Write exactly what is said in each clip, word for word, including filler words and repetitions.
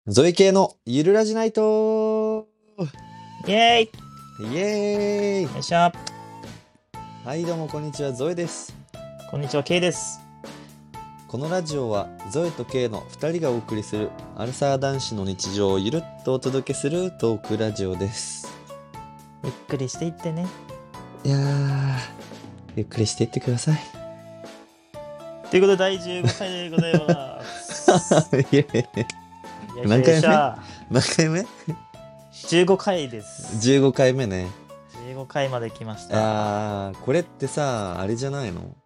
ゾイ系のゆるラジナイトイエイエーイ。 ーイよいしょ。 はいどうもこんにちは、ゾエです。 こんにちは、ケイです。 このラジオはゾエとケイのふたりがお送りするアルサー男子の日常をゆるっとお届けするトークラジオです。 ゆっくりしていってね。 いやー、ゆっくりしていってください。 ということでだいじゅうごかいでございます。 イエーイ。 よいしょ何回目よいしょ何回目じゅうごかいです。 ?じゅうご 回目ね。 じゅうごかいまで来ましいた。 やー、これってさ、あれじゃないの？ ん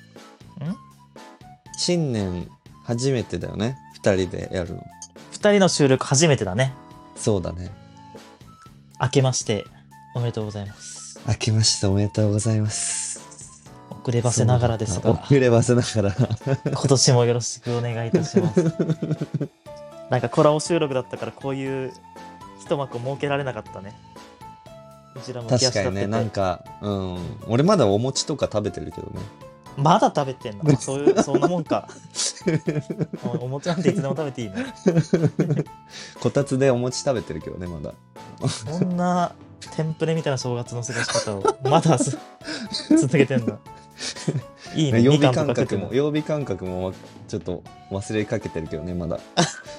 新年初めてだよね、ふたりでやるの。 ふたりの収録初めてだね。 そうだね。 明けましておめでとうございます。 明けましておめでとうございます。 遅ればせながらですが、 遅ればせながら今年もよろしくお願いいたします。なんかコラボ収録だったからこういう一幕設けられなかったね。うちらも確かにね、なんか、うん、俺まだお餅とか食べてるけどね。 まだ食べてんの？そういう、そんなもんか。お餅なんていつでも食べていいの？ こたつでお餅食べてるけどね、まだ。 そんなテンプレみたいな正月の過ごし方をまだす続けてんだ。いいね。 曜日みかんと感覚も、 か食ってんの。 曜日感覚もちょっと忘れかけてるけどね、まだ。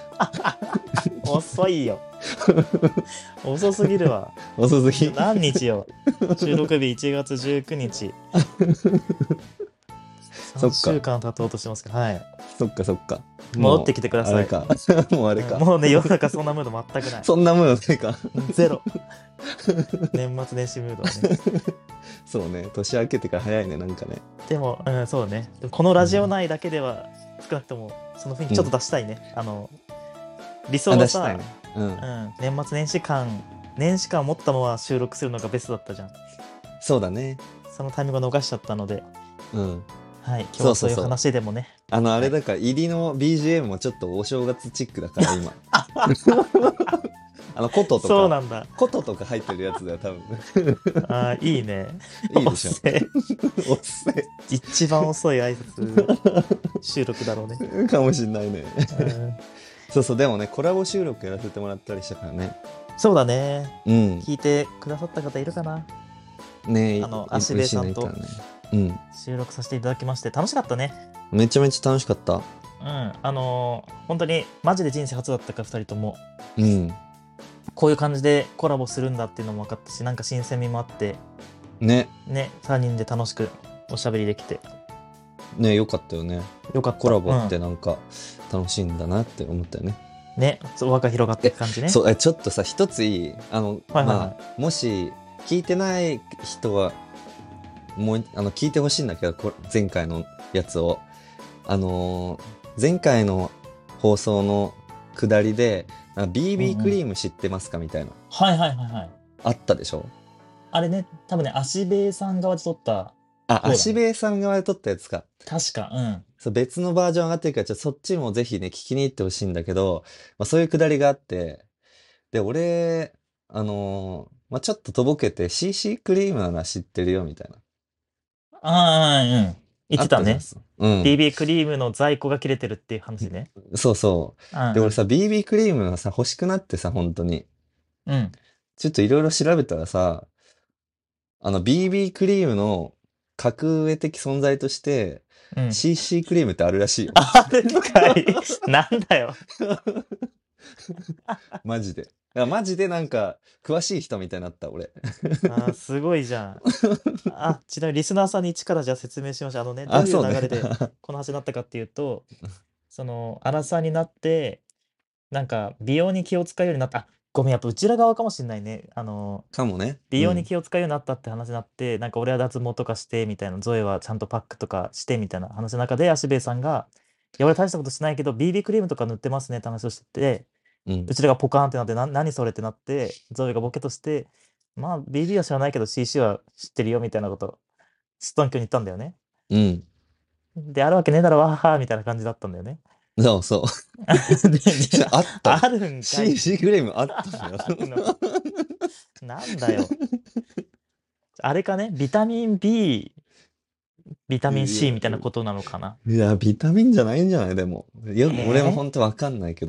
遅いよ。遅すぎるわ。 遅すぎ。 何日よ。収録日いちがつじゅうくにち。 そっかさんしゅうかん経とうとしてますけど、はい。 そっかそっか。 戻ってきてください。 あれか。もうあれか。 もうね、世の中そんなムード全くない。 そんなものないか。 ゼロ。年末年始ムードはね。 そうね、年明けてから早いね、なんかね。 でも、うん、そうね。でもこのラジオ内だけでは、少なくとも、その雰囲気ちょっと出したいね。うん、あの、理想のさ、 ね、うん、うん。 年末年始感、年始感を持ったまま収録するのがベストだったじゃん。 そうだね。 そのタイミングを逃しちゃったので、 うん。 はい、今日はそういう話でもね。 あの、あれだから、入りの ビージーエム もちょっとお正月チックだから、今。あの、琴とか。 そうなんだ。 琴とか入ってるやつだよ、多分。 ああ、いいね。 いいでしょ。 遅い。 遅い。 一番遅い挨拶収録だろうね。 かもしんないね。 うん、 そうそう、でもね、コラボ収録やらせてもらったりしたからね。 そうだね。 うん。 聞いてくださった方いるかな。 ねえ、 あの、足部さんと収録させていただきまして、楽しかったね。 めちゃめちゃ楽しかった。 うん、あのー、本当にマジで人生初だったからふたりとも、 うん、 こういう感じでコラボするんだっていうのも分かったし、なんか新鮮味もあってねね、さんにんで楽しくおしゃべりできてね、よかったよね。 よかった。 コラボってなんか楽しいんだなって思ったよね。 うん、ね、輪が広がっていく感じね。 そう、えちょっとさ、一ついい、あの、 はいはいはい、 まあ、もし聞いてない人はもうあの聞いてほしいんだけど、こ前回のやつをあのー、前回の放送の下りで ビービー クリーム知ってますかみたいな、 はいはいはいはい、 あったでしょ。 あれね、多分ね、足部さん側で撮った。 あ、足部さん側で撮ったやつか。 確か、うん。 そう、別のバージョン上がってるから、ちょっとそっちもぜひね、聞きに行ってほしいんだけど、まあ、そういうくだりがあって、で、俺、あのー、まあ、ちょっととぼけて シーシー クリームなら知ってるよ、みたいな。 ああ、うん。言ってたね。 うん。 ビービー クリームの在庫が切れてるっていう話ね。 そうそう。うんうん、で、俺さ、ビービー クリームがさ、欲しくなってさ、本当に。 うん。 ちょっといろいろ調べたらさ、あの ビービー クリームの格上的存在として、うん、シーシー クリームってあるらしいよ。 あるんかい。なんだよ。 マジで。マジでなんか、詳しい人みたいになった、俺。 あ、すごいじゃん。あ、ちなみにリスナーさんに一からじゃあ説明しましょう。あのね、どういう流れでこの話になったかっていうと、その、アラサーになって、なんか、美容に気を使うようになった。あ、ごめん、やっぱうちら側かもしんないね。あの、 かもね。 美容に気を使うようになったって話になって、うん、なんか俺は脱毛とかしてみたいな、ゾエはちゃんとパックとかしてみたいな話の中で、足部さんが、いや、俺大したことしないけど、ビービー クリームとか塗ってますねって話をしてて、うん、うちらがポカーンってなって、な、何それってなって、ゾエがボケとして、まあ、ビービー は知らないけど シーシー は知ってるよみたいなこと、すっとんきょに言ったんだよね。 うん。 で、あるわけねえだろ、わははみたいな感じだったんだよね。 そうそう。あった。 あるんかい。 シーシー クリームあったんだよ。 なんだよ。あれかね、ビタミン B、ビタミン C みたいなことなのかな。 いや、ビタミンじゃないんじゃないでも。よく、俺もほんとわかんないけど。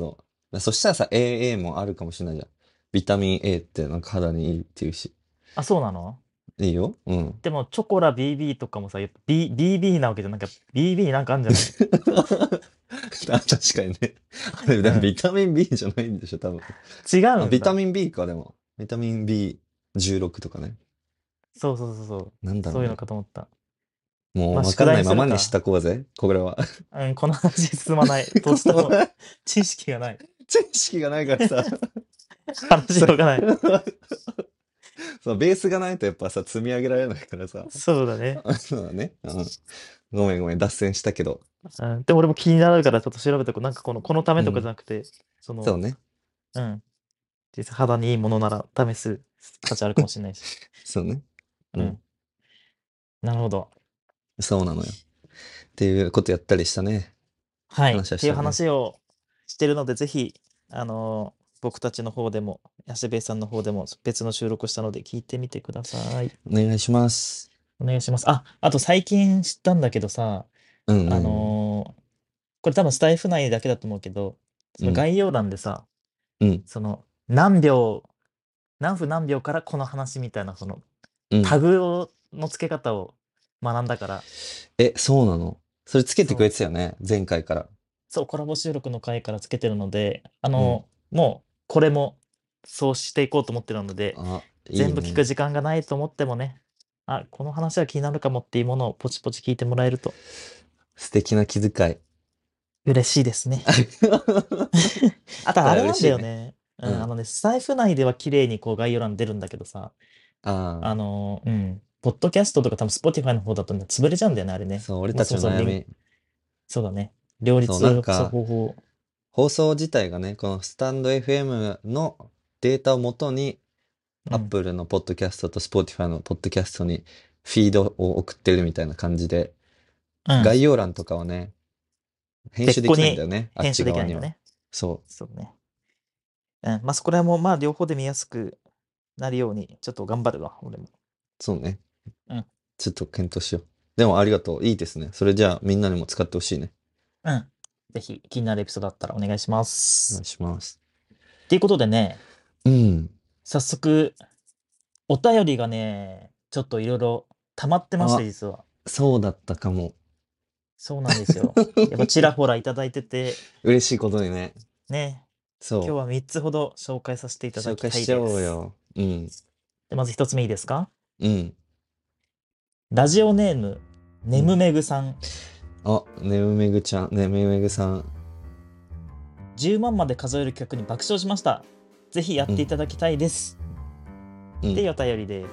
そしたらさ、エーエー もあるかもしれないじゃん。ビタミン A ってなんか肌にいいっていうし。 あ、そうなの？ いいよ。うん。 でも、チョコラ ビービー とかもさ、やっぱ B、ビービー なわけじゃん。なんか ビービー なんかあるんじゃない？ あ、確かにね。あれ、でもうん。 ビタミン B じゃないんでしょ、多分。あ、 違うんだ。 ビタミン B か、でも。ビタミン ビーじゅうろく とかね。 そうそうそうそう。そういうのなんだろうね。 かと思った。 もうまあ、 わかんない宿題にすままにしるか。 たこうぜ、これは。 うん、この話進まない。どうこしてもの知識がない。 知識がないからさ。 話しそようがない。 そう、ベースがないとやっぱさ、積み上げられないからさ。 そうだね。 そうだね。うん。ごめんごめん、脱線したけど。 うん、でも俺も気になるからちょっと調べておく。なんかこの、このためとかじうん。 ゃなくて、その、 そうね。 うん。実際肌にいいものなら試す価値あるかもしれないし。 そうね。うん。 うん。なるほど。 そうなのよ。っていうことやったりしたね。 はい。っていう話はしたね。 話をしてるので、ぜひ、あのー僕たちの方でも、ヤシベイさんの方でも別の収録したので聞いてみてください。 お願いします。 お願いします。あ、あと最近知ったんだけどさ、あうんうんのーこれ多分スタイフ内だけだと思うけど、そうん。 の概要欄でさ、 うんその何秒、何分何秒からこの話みたいな、そのうん。 タグをの付け方を学んだから、 え、そうなの？それつけてくれそう、 てたよね、前回から。 そう、コラボ収録の回からつけてるので、あうん。 の、もうこれもそうしていこうと思ってるので、 あ、いい全部聞くね。 時間がないと思ってもね、あ、この話は気になるかもっていうものをポチポチ聞いてもらえると素敵な気遣い。 嬉しいですね。あとそれあれなんは嬉しいね。 だよね。うん、あうん。 のね、スタイフ内では綺麗にこう概要欄出るんだけどさ、あああ、 の、うん、ポッドキャストとか多分 Spotify の方だとね、潰れちゃうんだよね、あれね。 そう、俺もうたちそもそもリン、 の悩み。 そうだね。両そう、なん立したか、 方法。 放送自体がね、このスタンド エフエム のデータをもとに、 うん、 Apple のポッドキャストと Spotify のポッドキャストにフィードを送ってるみたいな感じで、 うん。 概要欄とかはね、編集できないんだ別個によね、あっ編集ち側には。 できないんだね。 そそうね。うん、まあそこら辺もまあ両方で見やすくなるように、ちょっと頑張るわ、俺も。 う、そうね。 うん、 ちょっと検討しよう。でもありがとう。いいですね。それじゃあみんなにも使ってほしいね。 うん。ぜひ気になるエピソードあったらお願いしまお願いす。 します。 っていうことでね、 うん。 早速、お便りがね、ちょっといろいろ溜まってまして、 あ、 実は。 そうだったかも。 そうなんですよ。やっぱちらほらいただいてて、 嬉しいことにね。 ね、今日そはみっつほど紹介させていう。 ただきた紹介しちゃいです。 おうよ。うん。 で、まずひとつめいいですか？ うん。 ラジオネーム、ねむめぐさん。 あ、ねむめぐちゃん、ねむめぐさん。 じゅうまんまで数える企画に爆笑しました。ぜひやっていただきたいです。 うん。 っていうお便りです。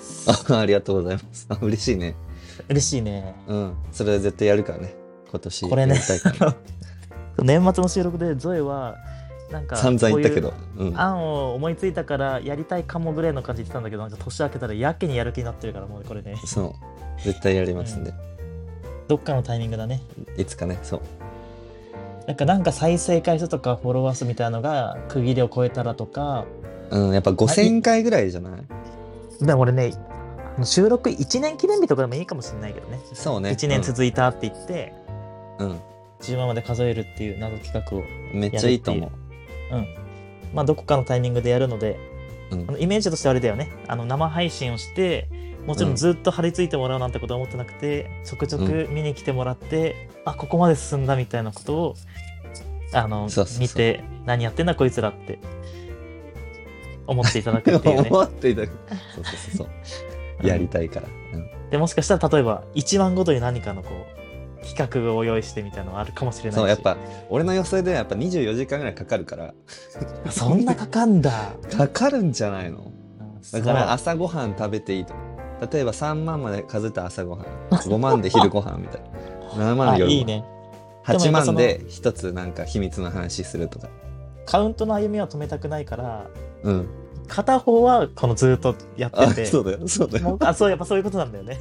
あ、ありがとうございます。あ、嬉しいね。 嬉しいね。 うん。それは絶対やるからね。今年やこれね、 りたいからね。 年末の収録でゾエは、なんか散々 こういう言ったけど。うん。 案を思いついたからやりたいかもぐらいの感じで言ってたんだけど、なんか年明けたらやけにやる気になってるから、もうこれね。 そう。絶対やりますんで。 どっかのタイミングだね。 いつかね、そう。 なんかなんか再生回数とかフォロワー数みたいなのが区切りを超えたらとか、 うん、やっぱごせんかいぐらいじゃない？ でも俺ね、あの収録いちねん記念日とかでもいいかもしれないけどね。 そうね。 いちねん続いたって言って、 うん。 じゅうまんまで数えるっていう謎企画をめっちゃいいと思う。 うん。まあどこかのタイミングでやるので、 うんあのイメージとしてはあれだよね。あの生配信をして、もちろんずっと張り付いてもらうなんてことは思ってなくて、ちょくちょく見に来てもらって、あ、ここまで進んだみたいなことを、あの、 そうそうそう見て、何やってんだこいつらって思っていただくっていうね。 思っていただく。そうそうそうそう。やりたいから。うんで、もしかしたら例えばいちまんごとに何かのこう、企画を用意してみたいなのがあるかもしれないし。 そう、やっぱ、俺の予想ではやっぱにじゅうよじかんぐらいかかるから。 そんなかかんだ。 かかるんじゃないの？だからあ、 朝ごはん食べていいと。例えばさんまんまで数えた朝ごはん。ごまんで昼ごはんみたいな。ななまんあ、 で夜ごはん。 いいね。 はちまんでもやっぱそので一つなんか秘密の話するとか。 カウントの歩みは止めたくないから、 うん。 片方はこのずっとやあ、 ってて、 そうだよ、そうだよ。 もうあ、そう、やっぱそういうことなんだよね。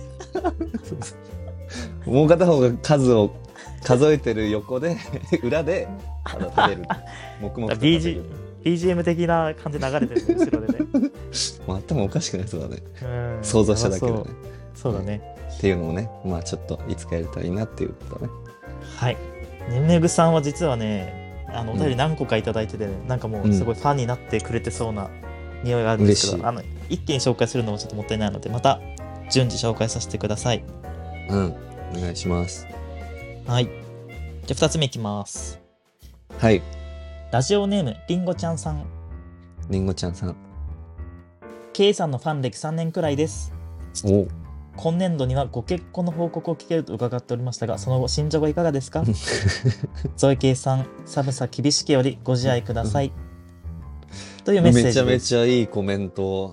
もう片方が数を数えてる横で、裏で、あの、食べる。黙々と食べビージーる。 ビージーエム 的な感じで流れてるね、後ろでね。 もう頭おかしくないそうだね。 うん想像しただけでねやばそう。そうだね。 っていうのをね、まあちょっといつかやりたいなっていうことだね。 はい。ねめぐさんは実はね、 あの、おうん。 便り何個かいただいててね、なんかもうん。 うすごいファンになってくれてそうな匂いがあるんですけど、 嬉しい。 あの、一気に紹介するのもちょっともったいないので、また順次紹介させてください。 うん。お願いします。 はい。じゃあふたつめいきます。 はい。 ラジオネーム、りんごちゃんさん。 りんごちゃんさん。 K さんのファン歴さんねんくらいです。 おう。 今年度にはご結婚の報告を聞けると伺っておりましたが、その後、進捗はいかがですか？ゾイケイさん、寒さ厳しきよりご自愛ください。というメッセめちゃめージです。 ちゃいいコメント。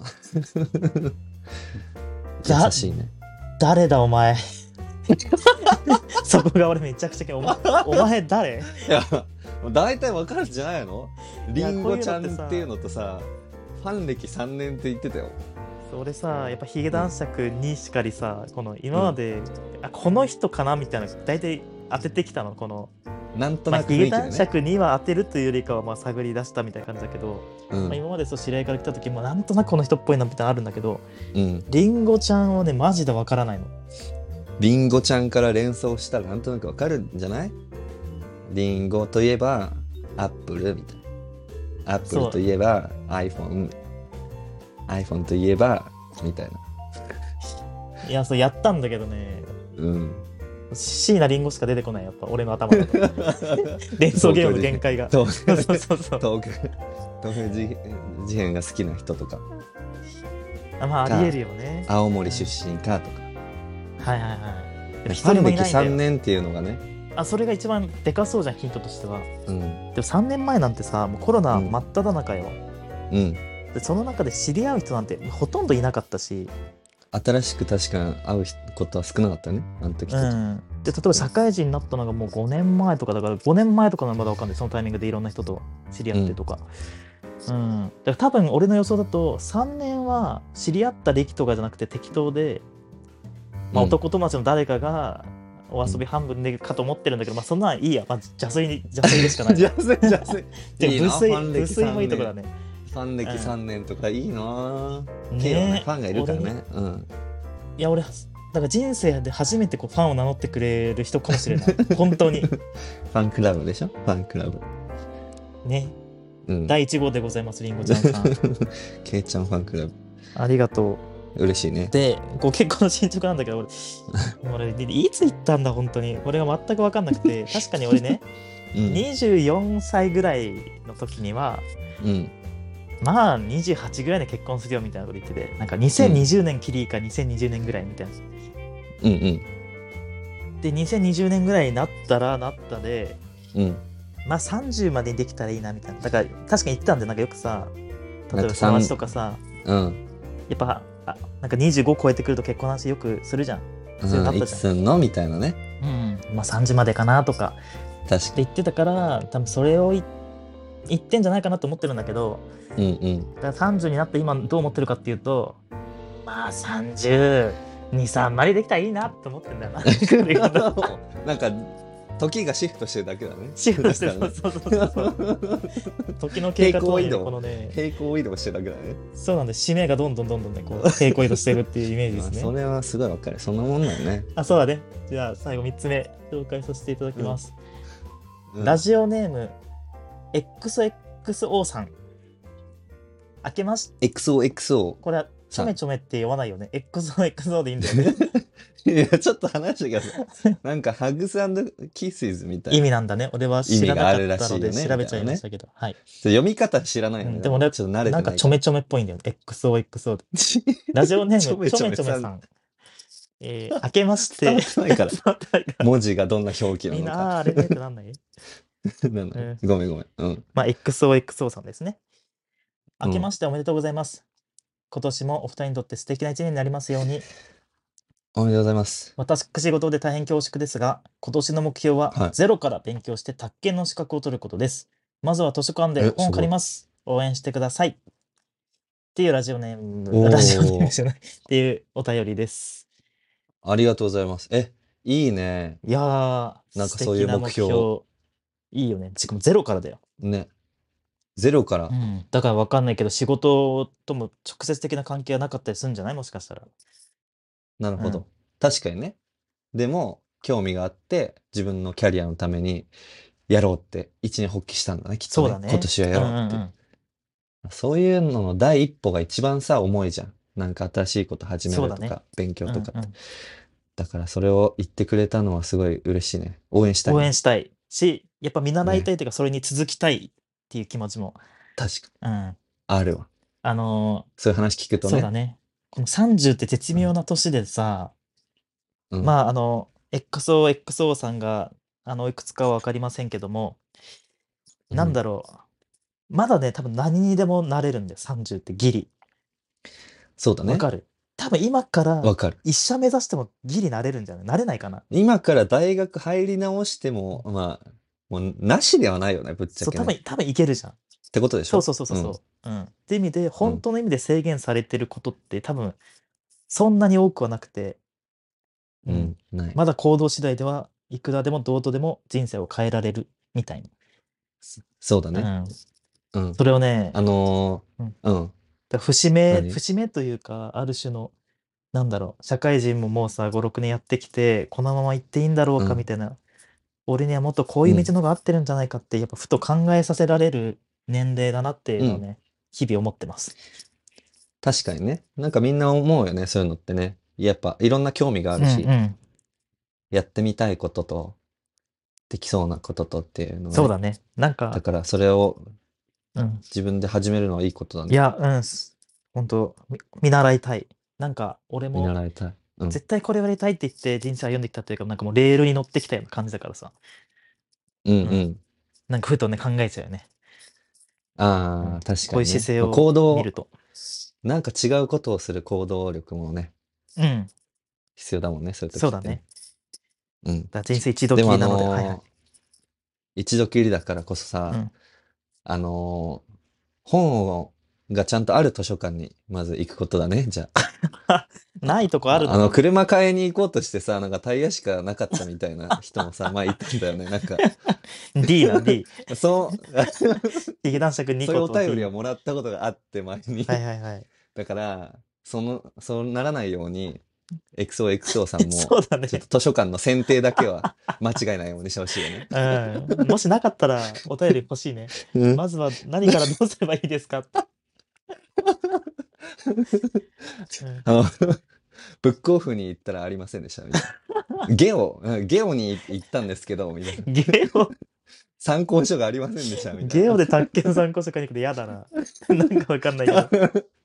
優だ、 しいね。 誰だお前。そこが俺めちゃくちゃけお前、お前誰？ いや、大体わかるんじゃないの？ いや、 りんこうごちゃんっいうのってさ、 ていうのとさ、ファン歴さんねんって言ってたよ。 それさ、やっぱヒゲうん。 男爵にしかりさ、この今うん。 まで、あ、この人かなみたいな、大体当ててきたの、この、まあ、 なんとなくヒゲ雰囲気でね。 男爵には当てるというよりかは、まあ、探り出したみたいな感じだけど、まあ、 うん。 今までそう知り合いから来た時も、なんとなくこの人っぽいなみたいなのあるんだけど、 うん。 リンゴちゃんはね、マジでわからないの。 りんごちゃんから連想したらなんとなくわかるんじゃない？りんごといえば、アップルみたいな。アップルそといえば、iPhone。iPhone といえば、みたいな。 う。いや、そう、やったんだけどね、 うん。 椎名林檎しか出てこない、やっぱ、俺の頭だと。連想ゲームの東京事変。 限界が。 東そうそうそうそう。 東京、東京事事変が好きな人とか、 あ、まあ、ありえか、 るよね。 青森出うん。 身かとか。 はいはいはい。やっぱフ一人もいァン歴3 ないんだよ。 年っていうのがね。 あ、それが一番でかそうじゃん、ヒントとしては。 うん。 でもさんねんまえなんてさ、もうコロナうん。 真っ只中よ。 うん。 で、その中で知り合う人なんてほとんどいなかったし、 新しく確か会うことは少なかったね。あの時と。 うん。で、例えば社会人になったのがもうごねんまえとかだから、ごねんまえとかならまだわかんない。そのタイミングでいろんな人と知り合うん。 ってとか。うん。だから多分俺の予想だと、さんねんは知り合った歴とかじゃなくて適当で、まあ、 うん。 男友達の誰かがお遊びうん。 半分でかと思ってるんだけど、まあそんなんいいや。まあ邪推に、邪推でしかないわ。 邪推、邪推。 じゃいいな、フ無粋、 ァン歴無粋もいい 3年。 とこだね。 ファン歴さんねんとかいいな。ケイはね、 ねえ、 ファンがいるか俺に、 らね。うん。 いや俺、だから人生で初めてこうファンを名乗ってくれる人かもしれない。本当に。 ファンクラブでしょ？ファンクラブ。 ね。 うん。 だいいち号でございます、りんごちゃんさん。 ケイちゃんファンクラブ。 ありがと嬉しいね。 う。で、ご結婚の進捗なんだけど、俺、俺、いつ行ったんだ、本当に。俺が全く分かんなくて、確かに俺ね、 うん。 にじゅうよんさいぐらいの時には、 うん。 まあ、にじゅうはちぐらいで結婚するよみたいなこと言ってて、なんかうん。 にせんにじゅうねんきりかにせんにじゅうねんぐらいみたいな。 うん。 で、にせんにじゅうねんぐらいになったらなったで、 うん。 まあさんじゅうまでにできたらいいなみたいな。だから確かに言ってたんで、なんかよくさ、例なんかえば友達さん、 とかさ、 うん。 やっぱ、あ、なんかにじゅうご超えてくると結婚の話よくするじゃん。そういうのあうん。 ったじゃん。 いつすんのみたいなね。 うん。まあさんじまでかなとか確かって言ってたから、多分それをい言ってんじゃないかなと思ってるんだけど、 に。うんうん。 だからさんじゅうになって今どう思ってるかっていうと、まあさんじゅうに、さんまでできたらいいなって思ってんだよな。これがなんか、時がシフトしてるだけだね。 シフトしてる。 だからね。 そうそうそうそう。時の経平過とね、こ行移動。 のね、 平行移動してるだけだね。 そうなんで、締めがどんどんどんどんね、こう、平行移動してるっていうイメージでまあ、 すね。 それはすごいわかる。そんなもんだよね。 あ、そうだね。じゃあ、最後みっつめ、紹介させていただきうん。 ます。 うん。 ラジオネーム、エックスエックスオー さん。明けまし、 エックスオーエックスオーこれは、ちょさん。 めちょめって言わないよね。エックスオーエックスオー でいいんだよね。 いや、ちょっと話してください。なんか、ハグスキスイズみたいな意味なんだね。俺は意味知らなかがあるらったのでしいよね、 調べちゃみたいなね。 いましたけど。はい。 読み方知らないうん、 のね、でも。 でも俺、 ちょっと慣れなんかてないから。 ちょめちょめっぽいんだよね。エックスオーエックスオー で。ラジオネーム、 ちょめちょめちょめさん。 ちょめさん。えー、明けまして、 伝わってないから。 伝わってないから。 文字がどんな表記なみんな、 のか。 あーあれねってなんないなんだうん。 ごめんごめん。うん。 まあ、エックスオーエックスオー さんですね。明けうん。 ましておめでとうございます。今年もお二人にとって素敵な一年になりますように。 おめでとうございます。 私事で大変恐縮ですが、今年の目標ははい。 ゼロから勉強して宅建の資格を取ることです。まずは図書館でえ、 本をすごい。 借ります。応援してください。っていうラジオネーム、ラジオネームおー。 じゃない。っていうお便りです。 ありがとうございます。え、いいね。 いやー、 なん素かそういう目敵な目標。 標。いいよね。しかもゼロからだよ。 ね。ゼロから。 うん。だからわかんないけど、仕事とも直接的な関係はなかったりするんじゃないもしかしたら。うん。 なるほど。確かにね。でも、興味があって、自分のキャリアのためにやろうって一年発起したんだね、きっとね。今そうだね。 年はうんやろうって。 うんうん。 そういうのの第一歩が一番さ、重いじゃん。なんか新しいこと始めそうだね。 るとか、勉強とかって。 うんうん。 だからそれを言ってくれたのはすごい嬉しいね。応援したい応援ね。 したいし、やっぱ見習いたね。 いというか、それに続きたいっていう気持ちも、 確かに。 うん。 あるわ。 あのそういう話聞くーとね。 そうだね。このさんじゅうって絶うん。 妙な年でさ、 うん。 まあ、あの、エックスオーエックスオー さんが、あの、いくつかは分かりませんけども、なんうん。 だろう、まだね、多分何にでもなれるんだよ、さんじゅうってギリ。 そうだね。 わかる？多分今からわかる。 医者目指してもギリなれるんじゃない？なれないかな？ 今から大学入り直しても、まあ、もうなしではないよね、ぶっちゃそう、 けね。 多分多分いけるじゃん。 ってことでしょ？ そうそうそうそううん。 そう。うん。って意味で、 うん。 本当の意味で制限されてることって多分そんなに多くはなくて、うん。 うん。ない。 まだ行動次第ではいくらでもどうとでも人生を変えられるみたいそうだね。 な。うん。 うん。 それをね、 あのうん。 ー、うん。 だ節目何？ 節目というか、ある種の、なんだろう、社会人ももうさ、ご、ろくねんやってきて、このまま行っていいんだろううん。 かみたいな、俺にはもっとこういう道うん。 の方が合ってるんじゃないかって、やっぱふと考えさせられる年齢だなっていううん。 のをね、日々思ってます。 確かにね。なんかみんな思うよね、そういうのってね。やっぱいろんな興味があうんうるし、 ん。 やってみたいことと、できそうなこととっていうのはね。 そうだね。なんか、 だからそれをうん。 自分で始めるのはいいことだね。 いや、うん、すほんと、み見習いたい。なんか俺見も習いたい。うん。 絶対これをやりたいって言って人生歩んできたというか、なんかもうレールに乗ってきたような感じだからさ。うん。 うんうん。 なんかふとね、考えちゃうよね。うん。 ああ、確こういうかにね。まあ、 姿勢を行動、 見ると。 なんか違うことをする行動力もね、 うん。 必要だもんね、そういうそうだね。 時ってね。うん。 だ人生一度でもあきりなので、はいはい。 のー一度きりだからこそさ、 うん。 あのー本をがちゃんとある図書館にまず行くことだね、じゃあ。 ないとこああ、あの、 るの？ 車買いに行こうとしてさ、なんかタイヤしかなかったみたいな人もさ、まあいたんだよね。なんか、 D な、D。 そう、 ヒゲ男爵にそういうおこと便りを D。 もらったことがあって、前に。 はいはいはい。 だから、その、そうならないように、エクソーエクソー さんも、 そうだね。 ちょっと図書館の選定だけは間違いないようにしてほしいよね。 うん。もしなかったらお便り欲しいね。 うん。 まずは何からどうすればいいですかって。うん。 あの、ブックオフに行ったらありませんでした、みたいな。ゲオ、うんゲオに行ったんですけど、みたいな。 ゲオ、 参考書がありませんでした、みたいな。 ゲオで宅建参考書買いに行くの嫌だな。なんかわかんないけど。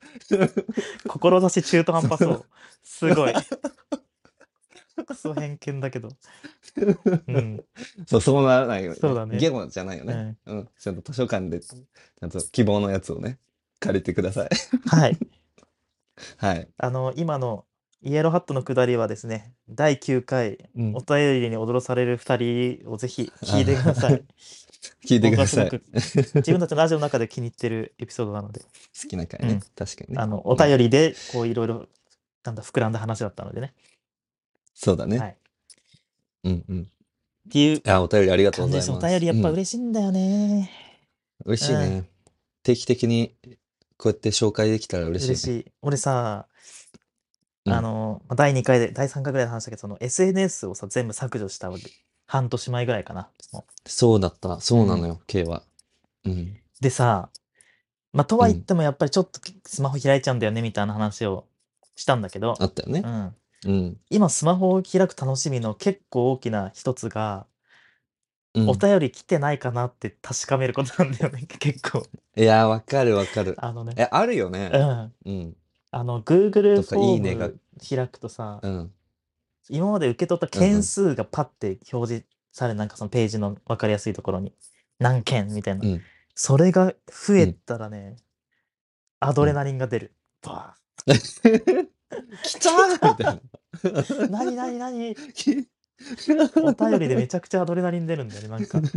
志中途半端そう。すごい。クソ偏見だけど。うん。 そう、そうならないようにね。 そうだね。 ゲオじゃないよね。 うん。 うん。ちゃんと図書館で、ちゃんと希望のやつをね、借りてください。 はい。 はい。 あの、今のイエローハットの下りはですね、だいきゅうかい、おうん。 便りに踊らされるふたりをぜひ聞いてくださあい。 聞いてください。 僕はすごく自分たちのラジオの中で気に入ってるエピソードなので、 好きな回ね。 うん。 確かにね。 あの、おうん。 便りで、こういろいろ、なんだ、膨らんだ話だったのでね。 そうだね。 はい。 うんうん。 っていうあ、お便りありがとうご感じです。おざいます。 便りやっぱうん。 嬉しいんだよね。 嬉うん。 しいね。定期的にこうやって紹介できたら嬉しいね。 嬉しい。俺さ、 うん。 あの、まだいにかいで、だいさんかいぐらいで話したけど、その エスエヌエス をさ、全部削除したわけ。半年前ぐらいかな。もそうだった。 う。うん。 そうなのよ、K は。うん。 でさ、まあ、とは言っうん。 てもやっぱりちょっとスマホ開いちゃうんだよねみたいな話をしたんだけど、 あったよね。 うん。 うん。 今スマホを開く楽しみの結構大きな一つが、おうん。 便り来てないかなって確かめることなんだよね、結構。 いやー、わかるわかる。 あのね、 え、あるようね。 ん。 うん。 あの、Google とか、 フォーいいねが、 ム開くとさ、 うん。 今まで受け取った件うんうん。 数がパッて表示される、なんかそのページの分かりやすいところに、何件みたいな。 うん。 それが増えうん。 たらね、アドうん。 レナリンが出る。バ来たーみたいな。 ーなになになにお便りでめちゃくちゃアドレナリン出るんだよね、なんか。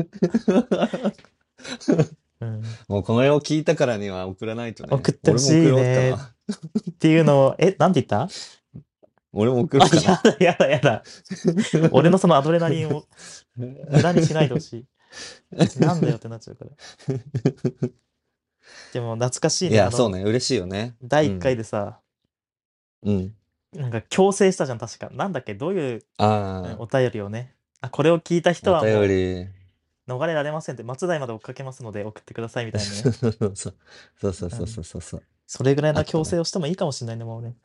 うん。 もうこの絵を聞いたからには送らないとね。 送ってほ俺も送しいね。 ろうかな。 っていうのを、え、なんて言った？ 俺も送ろあ、 うかな。 やだやだやだ。俺のそのアドレナリンを無駄にしないでほしい。なんだよってなっちゃうから。でも懐かしいね。 いや、 あの、 そうね。嬉しいよね。 だいいっかいうん。 でさ、 うん。 なんか強制したじゃん、確か。なんだっけ、どういう、うん、 あお便りをね。あ、これを聞いたあ、お人はも便り。 逃れられませんって、松代まで追っかけますので送ってくださいみたいなね。 そうそうそうそううん。 そうそうそうそう。 それぐらいあったね。 の強制をしてもいいかもしれないね、もうね。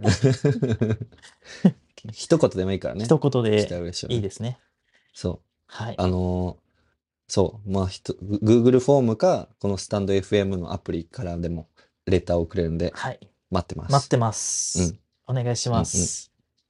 一言でもいいからね。 一言来たでら嬉しいよね。 いいですね。 そう。 はい。 あのーそう。まあ、ひと、Google フォームか、このスタンド エフエム のアプリからでも、レターをくれるんで、 はい。 待ってます。 待ってまうん。 す。お願いしうんうん。 ます。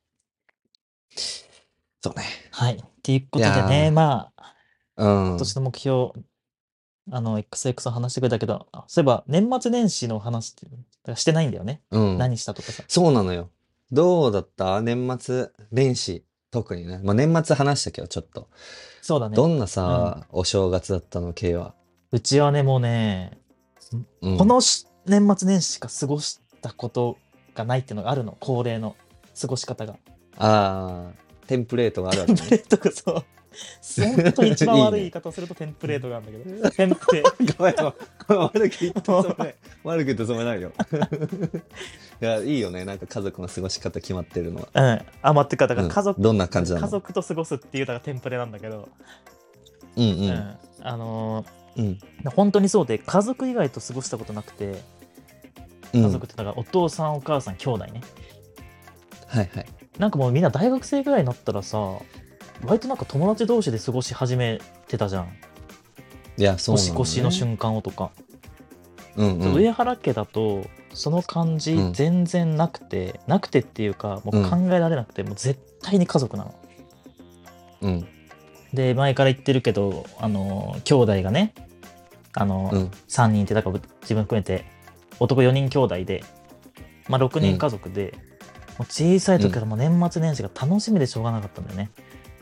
そうね。 はい。っていういことでね、 やまあ、 ー、うん。 今年の目標、あの、エックスエックス の話してくれたけど、あそういえば年末年始の話ってだからしてないんだよね。 うん。 何したとかさ。 そうなのよ。どうだった年末年始。特にね。まあ、年末話したけど、ちょっと。 そうだね。 どんなうん。 さ、お正月だったの、K は。 うちはね、もうね、 うん。 このし年末年始しか過ごしたことがないっていうのがあるの。恒例の過ごし方が。 あー、テンプレートがあるわけね。 テンプレートがそう。本当に一番悪い言いいいね。 方をするとテンプレートがあるんだけど。テンプレ。 ごめん、ごめん悪く言ってもうそれ。悪く言ってそれないよ。いや、いいよね。なんか家族の過ごし方決まってるのは。 うん。あ、待ってか、だからうん。 家族、 どんな感じな家の？ 族と過ごすっていうのがテンプレなんだけど、 うんう。 うんん。あのうん。 ー本当にそうで、家族以外と過ごしたことなくて、 うん。 家族ってだからお父さん、お母さん、兄弟ね。 はいはい。 なんかもうみんな大学生ぐらいになったらさ、割となんか友達同士で過ごし始めてたじゃん。 いや、そうなの年越しのね。 瞬間をとか。 うんうん。 上原家だと、その感じうん。 全然なくて、なくてっていうか、もう。 うん考えられなくて、もう絶対に家族なの。 うん。 で、前から言ってるけど、あの、兄弟がね、あの、 うん。 さんにんって、だから自分含めて、男よにん兄弟で、まあろくにん家族で、もう小さい時からもう年末年始が楽しみでしょうがなかったんだよね。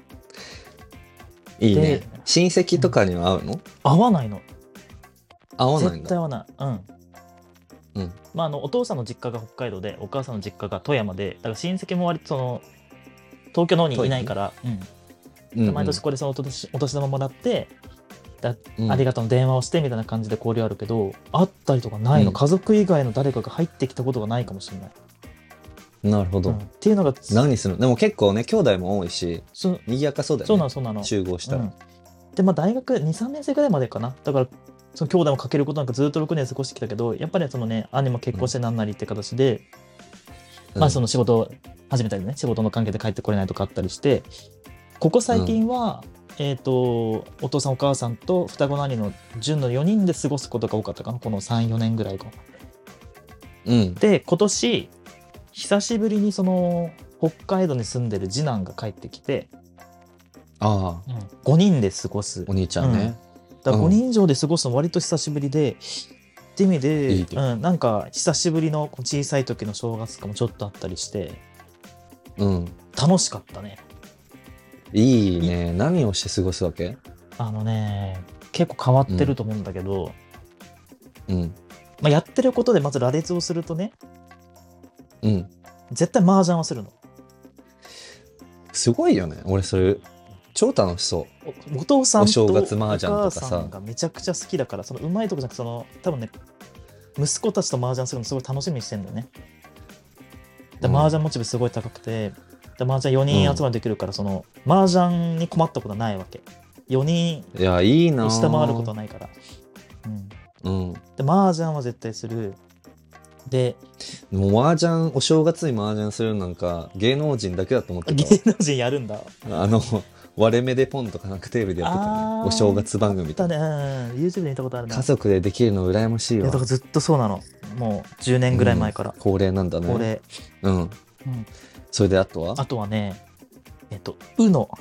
いいね。 で、 親戚うん、 とかには会うの？ 合わないの。 会わないんだ。 絶対合わない。うん。 うん。 まあ、あの、お父さんの実家が北海道で、お母さんの実家が富山で、だから親戚も割とその、東京の方に遠いの？ いないから、うん。 うんう毎年ん。 これそのお年お年玉もらってだ、 うん。 ありがとうの電話をしてみたいな感じで交流あるけど、会ったりとかないの。 うん。 家族以外の誰かが入ってきたことがないかもしれない。 なるほど。 うん。っていうのがつ、 何するの？でも結構ね、兄弟も多いし、 そ賑やかそうだよね。 そうなの、そうなの。 集合したら。 うん。で、まあ大学に、さんねん生ぐらいまでかな。だから、その兄弟もかけることなくずっとろくねん過ごしてきたけど、やっぱりそのね、兄も結うん。 婚してなんなりって形で、 うまあそん。 の仕事を始めたりね、仕事の関係で帰ってこれないとかあったりして、ここう最ん。 近は、えっと、お父さんお母さんと双子の兄の純のよにんで過ごすことが多かったかな、このさん、よねんぐらい後。 うん。 で、今年、久しぶりにその、北海道に住んでる次男が帰ってきて、 ああ、 うん、ごにんで過ごす。 お兄ちゃうんん。 ね。 だからうん。 ごにん以上で過ごすの割と久しぶりで、って意味いで、 いね。 うん、なんか久しぶりのこう小さい時の正月とかもちょっとあったりして、 うん。 楽しかったね。いいいね。何をして過ごすわけ？ あのね、結構変わっうん。 てると思うんだけど、 うん。 まあ、やってることでまず羅列をするとね、 うん。 絶対麻雀をするの。 すごいよね。俺それ、超楽しそお、お父さう。おん正と月麻お雀とか母さんさ。 がめちゃくちゃ好きだから、そのうまいとこじゃなくて、その、多分ね、息子たちと麻雀するのすごい楽しみにしてんだよね。で、 うん。 麻雀モチベすごい高くて、で、麻雀うよにん集ん。 まりできるから、その、麻雀に困ったことはないわけ。よにんいや、いいなを下回ることぁ。 はないから。うん。 うん。 で、麻雀は絶対する。で、 もう麻雀、お正月に麻雀するなんか芸能人だけだと思ってたわ。 芸能人やるんだ。 あの、割れ目でポンとかなんかテレビでやってたね。お正あ月ー、あっ番組みたいな。 たね。うん。YouTube で見たことある家な。 族でできるの羨ましいいや、だからわ。 ずっとそうなの。もうじゅうねんうぐらい前ん。 から。 恒例なんだね。 これ。 うん。 うん。 それであとはあとはね、えっと、ウノ。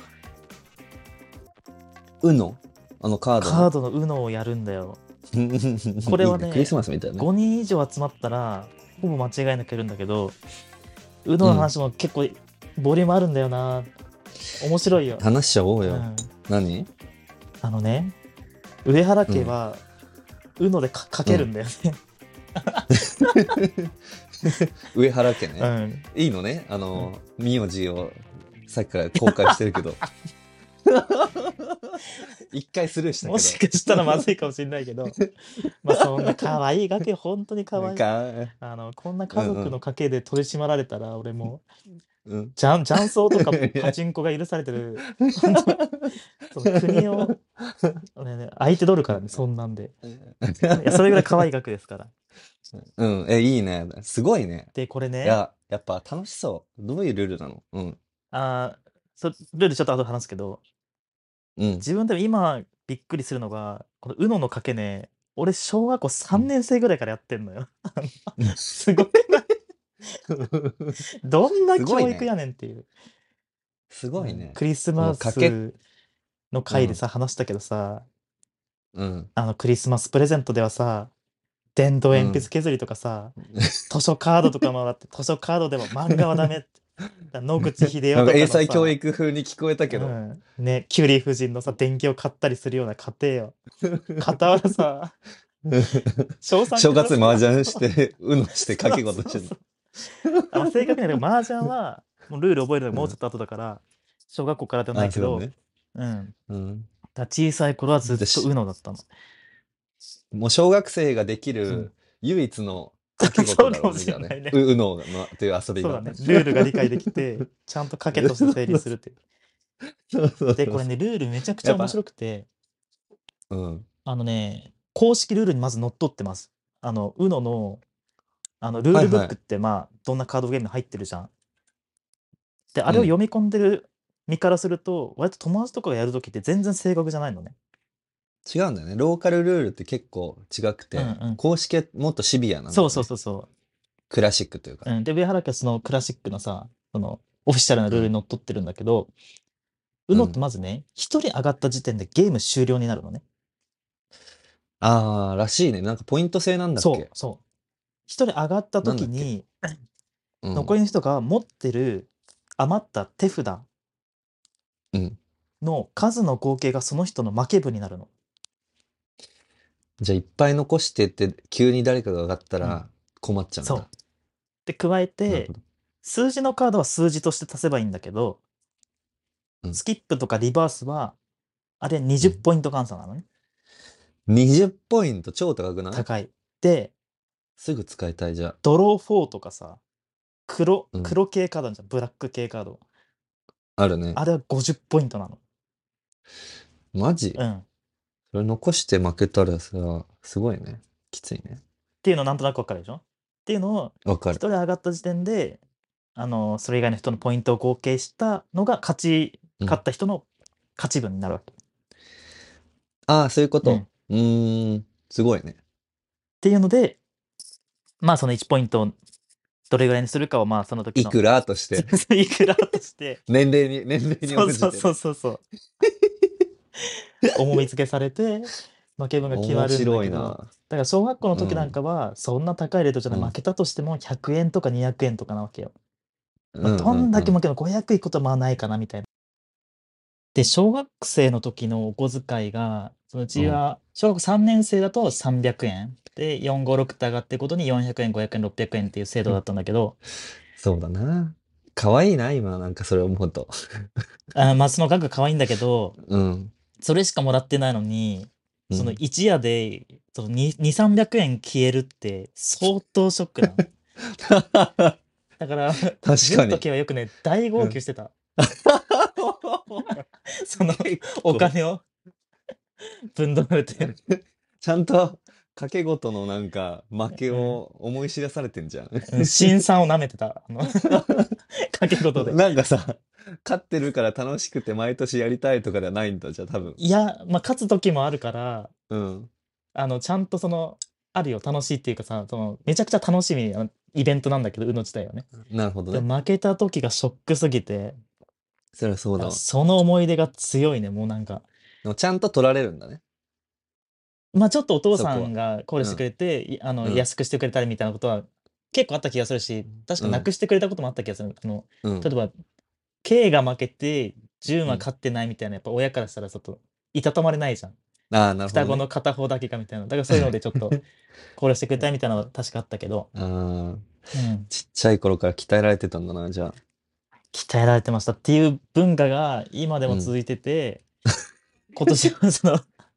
うのあのカードカーのドのウノをやるんだよ。こいれはいね。クリスね、 マスみたいなね。 ごにん以上集まったら、ほぼ間違いなくやるんだけど、ウノうん。 の話も結構ボリュームあるんだよな。面白いよ。 話しちゃおうよ。 うん。 何あのね、上原うん。 家は、ウノでかかうん。 けるんだよね。 上原家うね。 ん。 いいのね。あうん。 の、名字をさっきから公開してるけど。一回スルーしたもけど。 しかしたらまずいかもしれないけど、まあそんな可愛いガキ、本当に可愛い。 なんか、 あの、こんなう家んうん。 族の家系で取り締まられたら、俺もうん。 雀雀荘とかパチンコが許されてる、本当その国を、ねね、相手取るからね、そんなんで。いや、それぐらい可愛い額ですから。 うん、え、いいね。すごいね。 で、これね、 いや、やっぱ楽しそう。どういうルールなの？うん。 あーそルールちょっと後で話すけど、 うん。 自分でも今びっくりするのが、この UNO の賭けね、俺小学校う 3 ん。 年生ぐらいからやってんのよ。すごくない？どんなすごいね。 教育やねんっていう。うん、 すごいね。 クリスこのマ賭け、 スのうん、 回でさ、話したけどさ、 うん、 あのクリスマスプレゼントではさ、電動うん。 鉛筆削りとかさ、図書カードとかもあって、図書カードでも漫画はダメって。だ野口英世とかなんか英才教のさ、 育風に聞こえたけど。 うん、ね、キュリー夫人のさ、電気を買ったりするような家庭よ。傍らさ、小さん正クラスか月麻雀しそうて、うのしてそう賭け事してんの。 そうそう。あ、まあ、正確には、麻雀は、もうルール覚えるのがもうちょっうん。 と後だから、小学校からではなあ、 いけど、 そうね。 うん。 うん。 だ小さい頃はずっとじゃし、 UNO だったの。 もう小学生ができうん。 る唯一の賭けそうかも事だろうね、じゃあね。 しれないね。 う、うのの、という遊びが。 そうだね。ルールが理解できて、ちゃんと賭けとして成立するっていう。 そうそうで、 そうそう。 これね、ルールめちゃくちゃ面やっぱ、 白くて、 うん。 あのね、公式ルールにまずのっとってます。あの、UNO の、あの、ルールブックっはいはい。 てまあ、どんなカードゲームに入ってるじゃん。で、あうん。 れを読み込んでる身からすると、割と友達とかがやるときって全然正確じゃないのね。 違うんだよね。ローカルルールって結構違くて、 うんうん。 公式はもっとシビアなんだそうよね。 そうそうそクラシックというか。 う。うん。で、上原家はそのクラシックのさ、その、オフィシャルなルールにうん。 のっとってるんだけど、UNO ってうん。 まずね、一人上がった時点でゲーム終了になるのね。 あー、らしいね。なんかポイント制なんだっけ？ そう、そう。一人上がったなんだっけ？ 時に、 うん。 残りの人が持ってる余った手札うん。 の数の合計がその人の負け分になるの。 じゃあいっぱい残してって急に誰かが上がったうん。 ら困っちゃうんだ。 そう。で、加えて、 なるほど。 数字のカードは数字として足せばいいんだけど、 うん。 スキップとかリバースは、あれ20 うん。 ポイント換算なのね。 にじゅうポイント超高くない？ 高い。で、 すぐ使いたいじゃあ。 ドローフォーとかさ、黒、 うん。 黒系カードあるじゃん。ブラック系カード。 あるね。 あれはごじゅうポイントなの。 マジ？ うん。っそれ残して負けたらさ、すごいね。きついね。 ていうのなんとなくわかるでしょ？っていうのを、 わかる。 一人上がった時点で、あの、それ以外の人のポイントを合計したのが勝ち、 うん。 勝った人の勝ち分になるわけ。 ああ、そういうこうん。っと。うーん。すごいね。 ていうので、まあそのいちポイントをどれぐらいにするかをまあその時の、 いくらとして。 いくらとして、 年齢に、年齢にそうそうそう応じてね。 そうそう。重み付けされて、負け分が決ま面るんだけど、 白いな。 だから小学校の時なんうん。 かは、そんな高いレートじゃない、負うん。 けたとしてもひゃくえんとかにひゃくえんとかなわけよ。まあ、 うんどんうんうん。 だけ負けもごひゃくいくことはまあないかなみたいな。で、小学生の時のお小遣いが、そのううん。 ちは、小学校さんねん生だとさんびゃくえん。で、よん、ご、ろくって上がっていくことによんひゃくえん、ごひゃくえん、ろっぴゃくえんっていう制度だったんだけど、 そうだな。可愛いな、今、なんかそれ思うと。 あーまあその額可愛いんだけど、 うん。 それしかもらってないのに、そのうん。 一夜で、そのに、に、さんびゃくえん消えるって相当ショックなの。だからずっと確かに。 今日はよくね、大号うん。 泣してた。その結構、 お金をぶんどられて、 ちゃんと賭け事のなんか負けうん、 を思い知らされてんじゃん。 うん辛酸を舐めてた。あの掛け事で。 なんかさ、勝ってるから楽しくて毎年やりたいとかではないんだ、じゃあ多分。 いや、まあ、勝つ時もあるから、 うん。 あの、ちゃんとその、あるよ、楽しいっていうかさ、その、めちゃくちゃ楽しみなイベントなんだけど、UNO 自体はね。 なるほどね。 でも負けた時がショックすぎて、 そりゃそうだあ、 わ。 その思い出が強いね、もうなんか。 でもちゃんと取られるんだね。 まあ、ちょっとお父さそこは。 んが考慮してくうん。 れて、いあの、 うん。 安くしてくれたりみたいなことは結構あった気がするし、確かなうん。 くしてくれたこともあった気がする。あの、 うん。 例えば、K が負けて、じゅんうん。 は勝ってないみたいな、やっぱ親からしたらちょっと、いたたまれないじゃん。 ああ、なるほ双子のどね。 片方だけかみたいな。だからそういうのでちょっと考慮してくれたみたいなのは確かあったけど、 ああ、 うん。 ちっちゃい頃から鍛えられてたんだな、じゃあ。 鍛えられてましたっていう文化が今でうん。 も続いてて、今年はその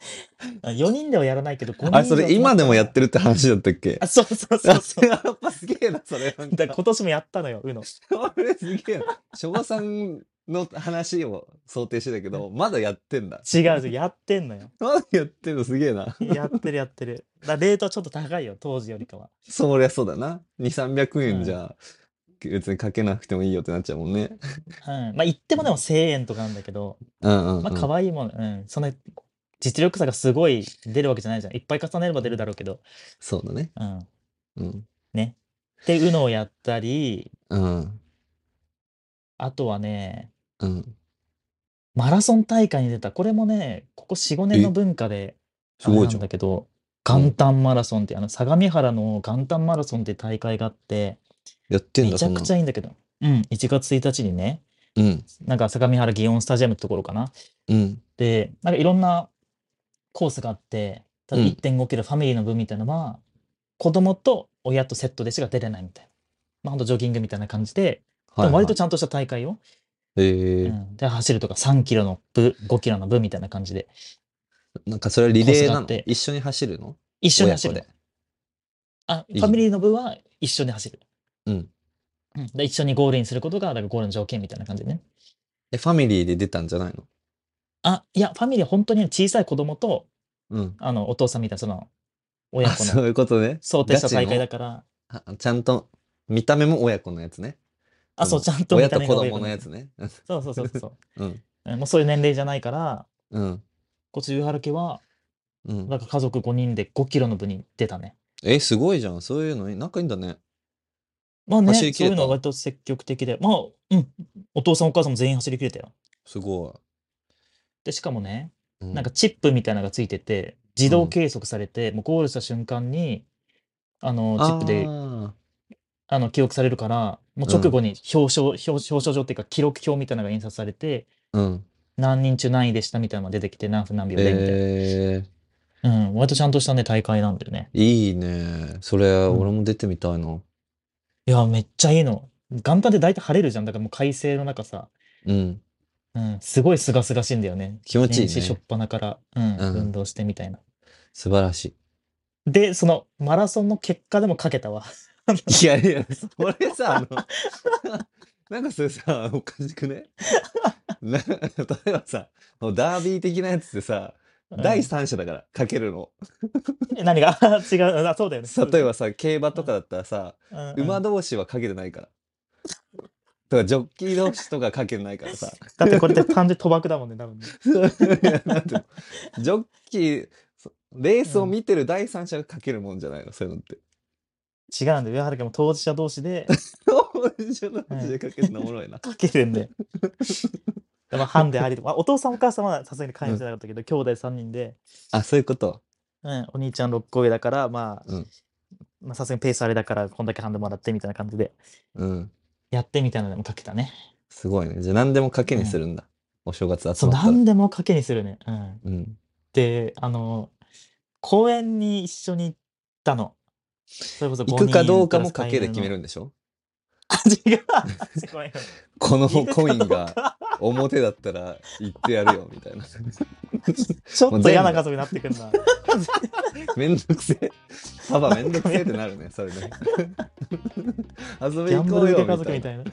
よにんではやらないけど、ごにんあ、それ今でもやってるって話だったっけ？ あ、そうそうそうそう。 やっぱすげえな、それ。なんだからか。 今年もやったのよ、うの。 それすげえな。小さんの話を想定してたけど、まだやってんだ。 違う、やってんのよ。 まだやってんのすげえな。 やってるやってる。だレートはちょっと高いよ、当時よりかは。 そりゃそうだな。に、さんびゃくえんじうん。 ゃ、別にかけなくてもいいよってなっちゃうもんね。 うん。まあ、言ってもでもせんえんとかなんだけど、まあ、 うんうんうん。 可愛いもん。うん。そんな、実力差がすごい出るわけじゃないじゃん。いっぱい重ねれば出るだろうけど。 そうだね。 うん。 うん。 ね。で、うのをやったり、 うん。 あとはね、 うん。 マラソン大会に出た。これもね、ここよん、ごねんのえ、 文化で、あれなんすごいじゃん。 だけど、 うん。 元旦マラソンって、あの、相模原の元旦マラソンって大会があって、 やってんだ、 めちゃくそんなの。 ちゃいいんだけど、うん、いちがつついたちにね、 うん。 なんか相模原祇園スタジアムってところかな。 うん。 で、なんかいろんなコースがあって、ただうん。 いってんごキロファミリーの分みたいなのは、子供と親とセットでしか出れないみたいな。まあ、ほんとジョギングみたいな感じで、でも割はいはとちゃんとした大会を、 い。ええ、 うん、で、走るとかさんキロの部、ごキロの部みたいな感じでなんかそれはリコースレーながあって、 の？一緒に走るの？ 一緒に親子で。 走るの。あ、フいいね。 ァミリーの部は一緒に走る。 うん。 うん。で、一緒にゴールインすることが、だからゴールの条件みたいな感じでね。 え、ファミリーで出たんじゃないの？ あ、いや、ファミリーは本当に小さい子供と、 うん。 あの、お父さんみたいな、その、親あ、 子のそういうことね。 想定した大会だガチの、 から、 あ、ちゃんと、見た目も親子のやつね。 あ、そう、 その、 ちゃんと見親た目がと子供親子のやつ。 のやつね。 そうそうそうそうそうん。 う。うん、もうそういう年齢じゃないから、 うん。 こっち上原家は、 うん。 なんか家族ごにんでごキロの部に出たね。 え、すごいじゃん。そういうの、仲いいんだね。 まあね、 走り切れた？ そういうのは割と積極的で、まあ、うん、お父さんお母さんも全員走り切れたよ。 すごで、しかもね、 い。うん。 なんかチップみたいなのがついてて、自うん。 動計測されて、もうゴールした瞬間に、あの、チップで、 ああの、記録されるから、もうあ、うん。 直後に表彰表表彰状っていうか、記録表みたいなのが印刷されて、 うん。 何人中何位でしたみたいなのが出てきて、何分何秒でみたいえな。うん、割とちゃんとしたね、大会なんだよね。 ー、いいね。それ、 うん。 俺も出てみたいな。 いや、めっちゃいいの。元旦で大体晴れるじゃん。だからもう快晴の中さ、 うん。 うん、すごい清々しいんだよね。 気持ちいい年始初っね。 端から、うん、運うん。 動してみたいな。 素晴らしい。 で、そのマラソンの結果でもかけたわ。 いやいや、それさ、あの、なんかそれさ、おかしくね？な、例えばさ、ダービー的なやつってさ、第うん。 三者だから、かけるの。 え、何が違う。あ、そうだよね。そうだよね。 例えばさ、競馬うん。 とかだったらさ、 うんうん。 馬同士はかけてないから。とか、ジョッキー同士とかかけてないからさ。 だってこれって単純に賭博だもんね、多分ね。 いや、なんていうの、ジョッキー、そレーうん。 スを見てる第三者がかけるもんじゃないの、そういうのって。 違うんだよ。上原家も当事者同士で、 一緒のうん、 話でかけるのおもろいな。 かけるんで。で、まあ、ハンデありとか、まあ、お父さんお母さんはさすがに関与してうん。 なかったけど、兄弟さんにんで、 あ、そういうこと。 うん、お兄ちゃんろっこ上だから、まあ、 うん。 まあ、さすがにペースあれだから、こんだけハンデもらってみたいな感じで、 うん。 やってみたいなのでもかけたね。 すごいね。じゃあ何でも賭けうん。 にするんだ。お正月集そう、 まったら。 なんでも賭けにするね。うん。 うん。 で、あの、公園に一緒に行ったの。それこそ行くか 5 どうか人プラスも賭けで飼い犬の。 決めるんでしょ？ あ、違う。ごめんごめん。 この行くかコインがどうか表だったら行ってやるよ、みたいな。 ちょもう全部。 っと嫌な家族になってくんな。 めんどくせえ。パパめんどくせえってなんかなるね、それね。遊びギャ行こうよ、 ンブル受け家みたいな。 族みたいな。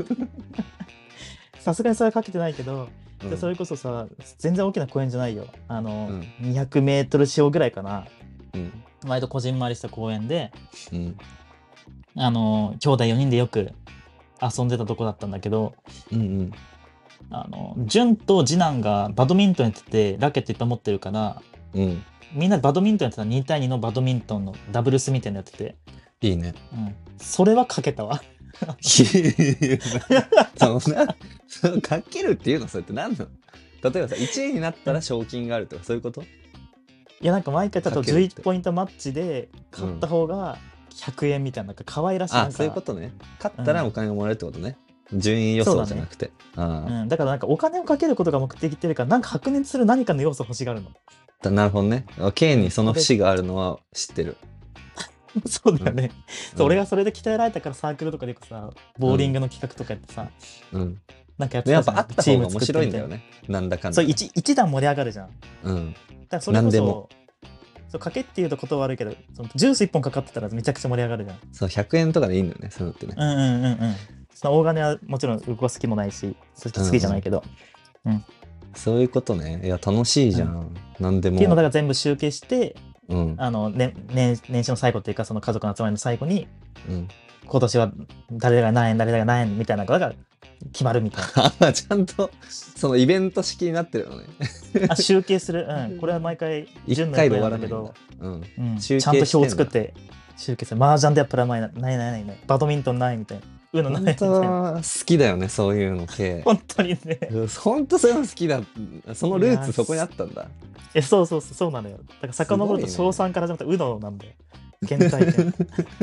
さすがにそれはかけてないけど、で、そうん。 れこそさ、全然大きな公園じゃないよ。あの、 うん。 にひゃくメートル四方ぐらいかな。 うん。 割とこじんまりした公園で、 うん。 あの、兄弟よにんでよく遊んでたとこだったんだけど、 うんうん。 あの、潤と次男がバドミントンやってて、ラケットいっぱい持ってるから、 うん。 みんなでバドミントンやってたらに対にのバドミントンのダブルスみたいなのやってて、 いいね。 うん。それはかけたわ。 いやそんな、そのかけるっていうのそれって何なの？例えばさ、いちいになったら賞金があるとかそういうこと？ いや、なんか毎回ちょっと11 かけるって。 ポイントマッチで勝ったうん。 方がひゃくえんみたいな、なんか可愛らしい、なあ、 んか、 そういうことね。勝ったらおうん。 金がもらえるってことね。順位予そうだね。 想じゃなくて。あうん。だからなんかお金をかけることが目的っていうか、なんか白熱する何かの要素欲しがるの。 あ。なるほどね。K うん、 にそのこれ、 節があるのは知ってる。 そううん。 だよね。そう、俺うん。 がそれで鍛えられたからサークルとかでよくさ、ボーリンうん。 グの企画とかやってさ、 うん。 なんかやっで、 てたじゃん。 やっぱあったチーム作方が面ってみたいな。 白いんだよね。なんだかんそう、 だで。 一、一段盛り上がるじゃん。だうん。 からそれこ何でも。 そ、そう、かけっていうと言葉悪いけど、そのジュース一本かかってたらめちゃくちゃ盛り上がるじゃん。 そう、ひゃくえんとかでいいんだよね、そういうのってね。 うんうんうんうん。その大金はもちろん動かす気もないし、そして好きじゃないけど。うん。っそういうことね。いや、楽しいじゃん。何でていうのだかも。 ら全部集計して、 うん。 あの、ね、年、年始の最後っていうか、その家族の集まりの最後に、 うん。 今年は誰が何円、誰が何円みたいなのが決まるみたいな。 あ、ちゃんと、そのイベント式になってるのね。 あ、集計する。うん。これは毎回、 一順の回で終役割なんだけわらないんだど、。 うん。 うん、 集計ちゃんとしてんだ表を作って集計する。麻雀ではプラマイな、ないないないない。バドミントンないみたいな。うのないみ本当たいな。 は好きだよね、そういうの系。 本当にね。 本当そういうの好きだ。そのルーツそこにあったんだ。 え、そうそうそう、そうなのよ。だから遡るとすごいね小さんから始まったうのなんだよ。原体験。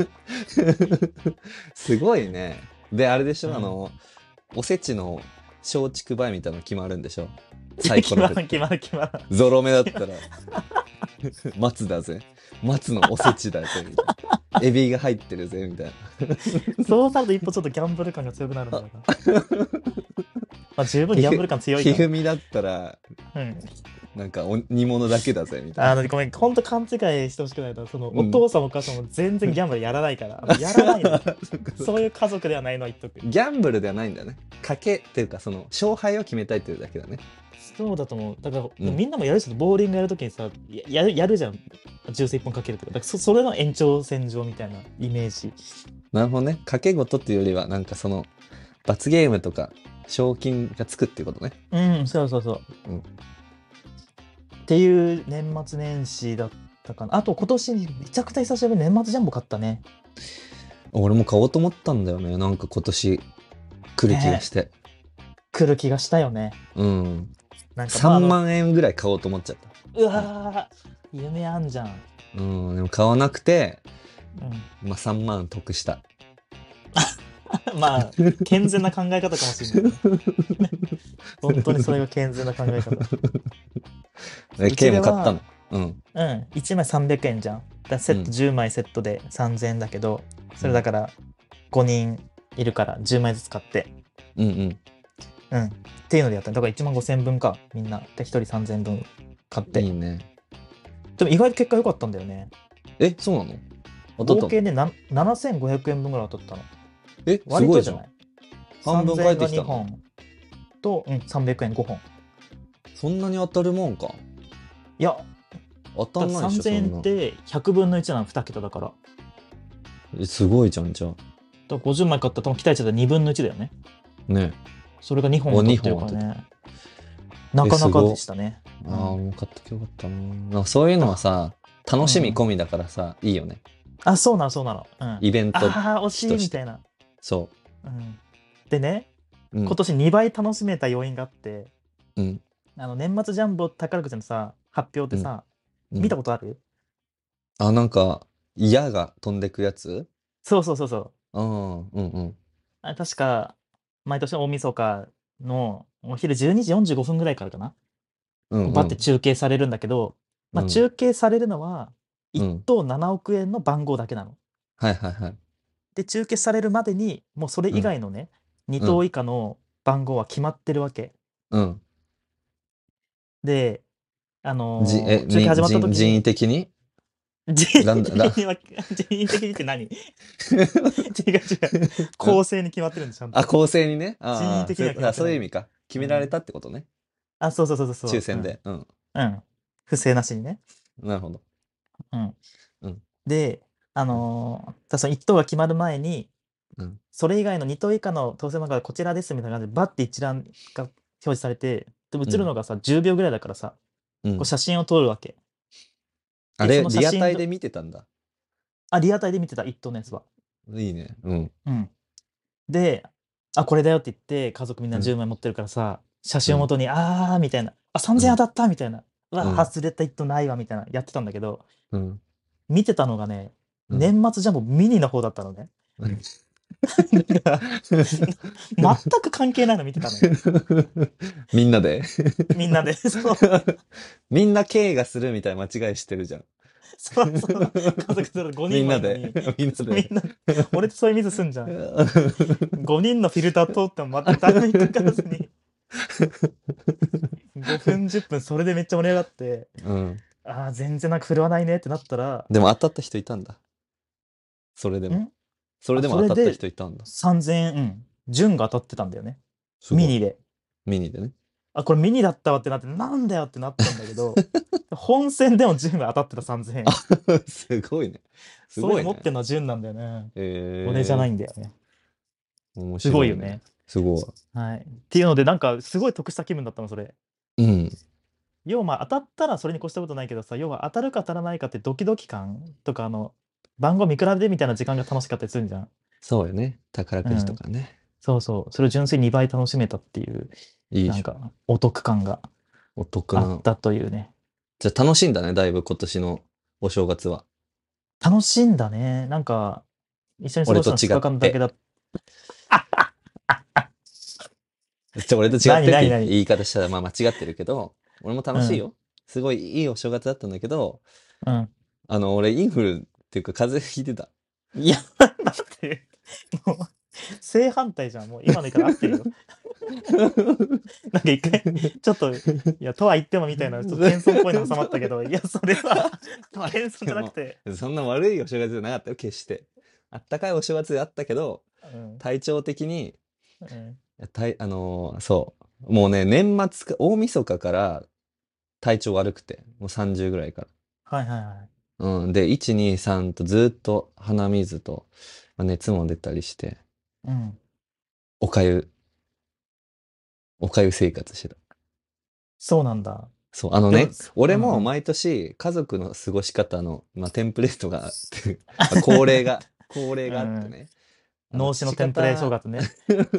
すごいね。で、あれでしょ、 うんあの、おせちの松竹梅みたいなの決まるんでしょサイコロ振って決まる決まる決まる。 ゾロ目だったら、松だぜ。松のおせちだぜ、みたいな。エビが入ってるぜ、みたいな。 そうなると一歩ちょっとギャンブル感が強くなるんだよな。まあ十分ギャンブル感強いかひふみだったら、 ら。うん。 なんかお煮物だけだぜ、みたいな。 あの、ごめん、ほんと勘違いしてほしくないのは、その、 うんお父さんもお母さんも全然ギャンブルやらないから。あのやらないの。そういう家族ではないのは言っとく。 ギャンブルではないんだね。賭けっていうか、その、勝敗を決めたいっていうだけだね。 そうだと思う。だから、 うんみんなもやるじゃん。ボーリングやるときにさ、ややるやるじゃん。ジュース一本かけるとか。だからそそれの延長線上みたいなイメージ。 なるほどね。賭け事っていうよりは、なんかその、罰ゲームとか、賞金がつくっていうことね。 うん、そうそうそう。 うん。 っていう年末年始だったかな。あと今年めちゃくちゃ久しぶりに年末ジャンボ買ったね。 俺も買おうと思ったんだよね。なんか今年、来る気がして。 来る気がしたよね。 うん。 なんか、まあ 3 あの万円ぐらい買おうと思っちゃった。 うわー、夢あんじゃん。 うん。でも買わなくて、 うまあさんまん得した。 ん、まあ、健全な考え方かもしれない。本当にそれが健全な考え方。 え、 うちで K はも買ったの。うん。 うん、いちまいさんびゃくえんじゃん。だセッうんトじゅうまいセットでさんぜんえんだけど、それだからごにんいるからじゅうまいずつ買って、 うんうん。 うん。っていうのでやった。だからいちまんごせんえんぶんか、みんな。で、ひとりさんぜんえんぶん買って。 いいね。 でも意外と結果良かったんだよね。 え、そうなの当たったの合計でなななせんごひゃくえんぶんぐらい当たったの。 え、す割ごいじゃんとじゃない。 半分返ってきさんぜんえんがたのにほんと、うん、さんびゃくえんごほん。 そんなに当たるもんか。 いや、 当ただってんないでしょ、 さんぜんえそんな。 んってひゃくぶんのいちなのに桁だから。だかえすごいじゃん、じゃらごじゅうまい買ったら多分期待値でにぶんのいちだよね。 あ。ねそれがにほん当たってるからね。なかなかでしたね。 ああ、もう買っときゃよかったな。なんかそういうのはさ、楽しみ込みだからさ、いいよね。 あ、そうなの、そうなの。うん。 イベント。 ああ、惜しいみたいな。 そうん。でね、 う。うん今年にばい楽しめた要因があって、 うん。 あの、年末ジャンボ宝くじのさ、発表ってさ、 うん見たことある？ あ、なんか、矢が飛んでくやつそうそうそうそう。 うん、うんうん。 あれ確か、毎年大晦日のお昼じゅうにじよんじゅうごふんぐらいからかな。 うんうん、 バッて中継されるんだけど、まあ、 うん中継されるのは、 うんいっ等ななおくえんの番号だけなの。 はいはいはい。 で、中継されるまでに、もうそれ以外のね、に等以下の番号は決まってるわけ。 うん。 で、あのじえー、中継始まった時人人為に、 的に人ランダラ為的には、人為的にって何？違う違う。公正に決まってるんで、ちゃんと。 あ、公正にね。あ人為的には決まってないあ、そういう意味か。決められたってことね。 あ、そうそうそうそう。 抽選で。うん。 うん。うん。不正なしにね。 なるほど。 うん。 うんで、あのー、ただそのいち等が決まる前に、 うん。 それ以外のに等以下の当選番号がこちらですみたいな感じで、バッて一覧が表示されて、で映るのがさ、じゅうびょうぐらいだからさ、 うんこう写真を撮るわけ。 あれ、 その写真リアタイで見てたんだ。 あ、リアタイで見てた、いち等のやつは。 いいね。うん。 うん。で、あ、これだよって言って、家族みんなじゅうまい持ってるからさ、写真をもとに、あーみたいな、あ、さんぜんえん当たったみたいな、うわ、 うん外れたいち等ないわみたいな、やってたんだけど、 うん。 見てたのがね、 うん年末ジャンボミニの方だったのね。だから全く関係ないの見てたのよ。 みんなでみんなで。そう。 みんな K がするみたいな間違いしてるじゃん。 そうそう。家族それごにんもいみんないるのに。 で、みんなそうみんで。 な、俺ってそういうミスすんじゃん。ごにんのフィルター通っても全くタイミングかからずに、ごふん、じゅっぷんそれでめっちゃ盛り上がって、 うん。 ああ、全然なんか振るわないねってなったら、 でも当たった人いたんだ。それでも。 んあ、 それでも当たったそれで人いたんだ。 さんぜんえん、うん、順が当たってたんだよね。 すごい。 ミニで。 ミニでね。 あ、これミニだったわってなって、なんだよってなったんだけど、本戦でも順が当たってたさんぜんえん。 すごいね。すそういうごいね。 の持ってんのは順なんだよね。 え俺じゃないー、 んだよね。 面すご白いね。 いよね。 すごい。 はい。っていうので、なんかすごい得した気分だったの、それ。 うん。 要は、まあ、当たったらそれに越したことないけどさ、要は当たるか当たらないかってドキドキ感とか、あの、番号見比べてみたいな時間が楽しかったりするんじゃん。 そうよね。宝くじとうん。 かね。 そうそう。それを純粋ににばい楽しめたっていう、 いいじゃん。 なんかお得感がお得な。 あったというね。 じゃあ楽しいんだね、だいぶ今年のお正月は。 楽しいんだね。なんか、一緒に過俺と違ごしたのふつかかんだけって。 だじゃあ俺と違ってって何何何言い方したらまあ間違ってるけど、俺も楽しいうん。 よ。すごいいいお正月だったんだけど、 うん。 あの、俺インフルっていうか風邪ひいてた。 いや、だって、もう、正反対じゃん。もう今の言い方合ってるよ。なんか一回、ちょっと、いや、とは言ってもみたいな、ちょっと謙遜っぽいの挟まったけど、いや、それは、謙遜じゃなくて、 そんな悪いお正月じゃなかったよ、決して。あったかいお正月であったけど、 うん。 体調的に、 うん。 たいあのーそう。もうね、年末か、大晦日から体調悪くて、もうさんじゅうぐらいから。 はいはいはい。 うん。で、いち、に、さんとずっと鼻水と、まあ、熱も出たりして、 うん。 おかゆ、おかゆ生活してた。 そうなんだ。 そう、あのでも、 ね、俺うんうん。 も毎年家族の過ごし方の、まあ、テンプレートがあって、まあ、恒例が、恒例があってうん。 ね、あの、 脳死の父テンプレ正方、 月ね。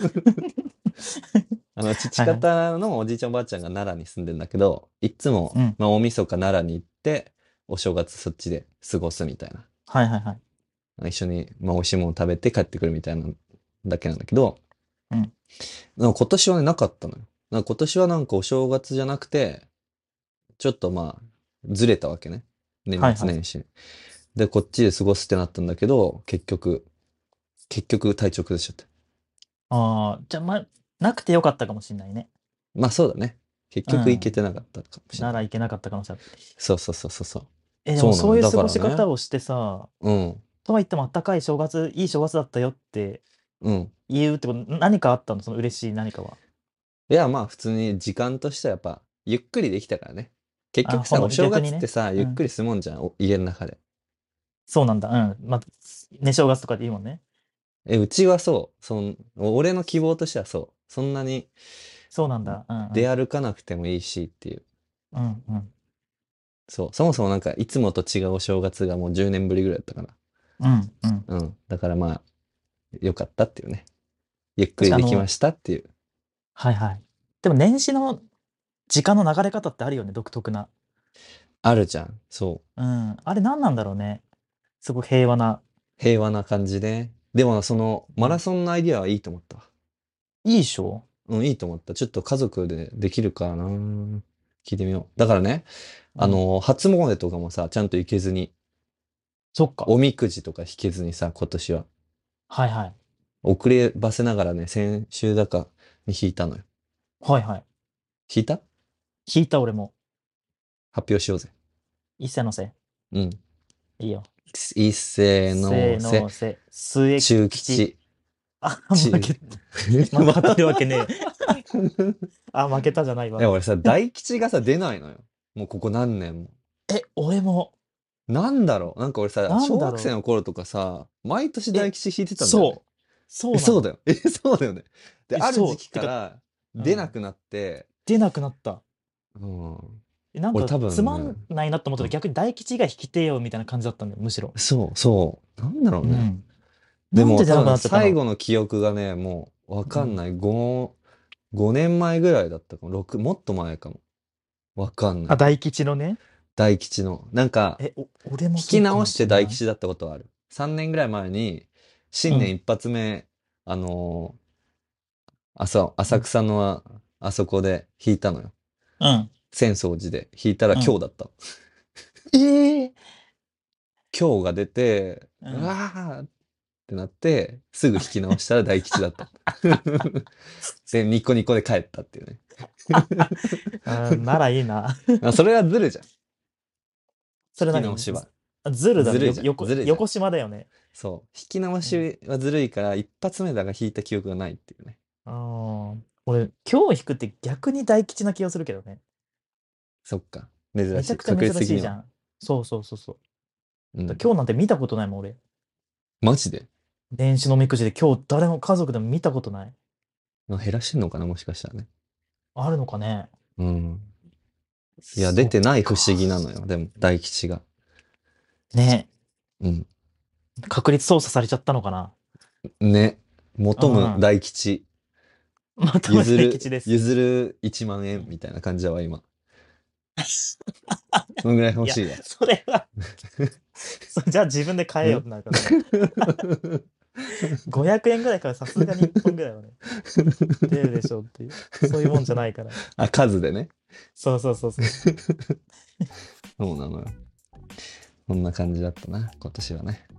あの、父はいはい。 方のおじいちゃんおばあちゃんが奈良に住んでんだけど、いつも、 うん。 まあ、大晦日奈良に行って、お正月そっちで過ごすみたいな。 はいはいはい。 一緒に、まあ、美味しいもの食べて帰ってくるみたいなだけなんだけど、 うん。 なんか今年はね、なかったのよ。なんか今年はなんかお正月じゃなくて、ちょっとまあ、ずれたわけね。年はいはい。 末年始。で、こっちで過ごすってなったんだけど、結局、結局体調崩しちゃった。 ああ、じゃあ、ま、なくてよかったかもしんないね。 まあそうだね。結う局行けてん。 なかったかもしれない。 ならいけなかった可能性ある。 そうそうそうそうそう。 え、でもそうなのよ。だそういう過ごからね。 し方をしてさ、 うん。 とは言ってもあったかい正月、いい正月だったよってうん。 言うってこと、何かあったの？その嬉しい何かは。 いや、まあ普通に時間としてはやっぱ、ゆっくりできたからね。結あ、 局さ、 ほんのお正逆にね。 月ってさ、 うん。 ゆっくり済むんじゃん。お家の中で。 そうなんだ。うん。ま、ね、正月とかでいいもんね。 え、うちはそう。そん、俺の希望としてはそう。そんなにそうなんだ。うんうん。 出歩かなくてもいいしっていう。 うんうん。 そう。そもそもなんか、いつもと違うお正月がもうじゅうねんぶりぐらいだったから。 うんうん。 うん。だからまあ、よかったっていうね。ゆっく確かあのりできましたっていう。 はいはい。でも年始の時間の流れ方ってあるよね、独特な。 あるじゃん。そう。 うん。あれ何なんだろうね。すごく平和な。 平和な感じで。でも、その、マラうん。 ソンのアイディアはいいと思ったわ。 いいでしょ？ うん、いいと思った。ちょっと家族でできるかな。聞いてみよう。だからね、 うん。 あの、初詣とかもさ、ちゃんと行けずに、 そっか。 おみくじとか引けずにさ、今年は。 はいはい。 遅ればせながらね、先週だかに引いたのよ。 はいはい。 引いた聞いた俺も。 発表しようぜ。 一世のせうん。 い。いいよ。 一斉せーのせ、 のせ、末中吉。 吉。 あ、負中、 け、ま、勝てるわけねえ。あ、負けたじゃないわ。 いや、俺さ、大吉がさ、出ないのよ。もうここ何年も。 え、俺も、 なんだろう。なんか俺さ、小学生なんだろの頃とかさ、毎年う。え、 大吉引いてたんだよね。 そう。そえ、 うなの。 そうだよ。え、そうだよね。で、 え、 ある時そう。てか、 期からうん。 出なくなって、 出なくなった。 うん。 え、なん俺か多分ね、 つまんないなと思ったらうん。 逆に大吉以外引きてよみたいな感じだったんだよ、むしろ。 そう、そう。なんだろうね。 うん。 でなんで出なくなも多分っちゃったんだろ最後の記憶がね、もうわう。うん。 かんない。ご、ごねんまえぐらいだったかも。ろく、もっと前かも。わかんなあ、 い。 大吉のね。 大吉の。なんか、 え、お俺も引きそうか直してもしんない。 大吉だったことはある。さんねんぐらい前に、 うん。 新年一発目、あのー浅、浅うん。 草のあ、あそこで引いたのよ。 うん。 浅草寺で引いたらうん。 今日だった。 ええ！ 今日が出て、 ううんわーってなって、すぐ引き直したら大吉だった。で、ニコニコで帰ったっていうね。 あならいいな。 あそれはずるじゃん。 それ何引き直しは。 ずるだね。 ずるいじゃん横ずるいじゃん横島だよね。 そう。引き直しはずるいから、一発目だが引いた記憶がないっていうね。 ああ。俺、今日引くって逆に大吉な気がするけどね。 そっか。珍しい。 めちゃくちゃ珍しいじゃん。 ん。そうそうそうそう。 うん、 今日なんて見たことないもん、俺。 マジで電子のみくじで今日誰も家族でも見たことない。 減らしてんのかなもしかしたらね。 あるのかね。 うん。いや、出てない不思議なのよ。でも、大吉が。 ね。 うん。 確率操作されちゃったのかな。 ね。求む大吉。 また譲る大吉です。 譲るいちまん円みたいな感じだわ、今。そのぐらい欲しいわ。 いやそれはそじゃあ自分で買えよってなるからね。ごひゃくえんぐらいからさすがにいっぽんぐらいはね、出るでしょうっていう。そういうもんじゃないから。 あ、数でね。 そうそうそうそう。 そうなのよ。こんな感じだったな、今年はね。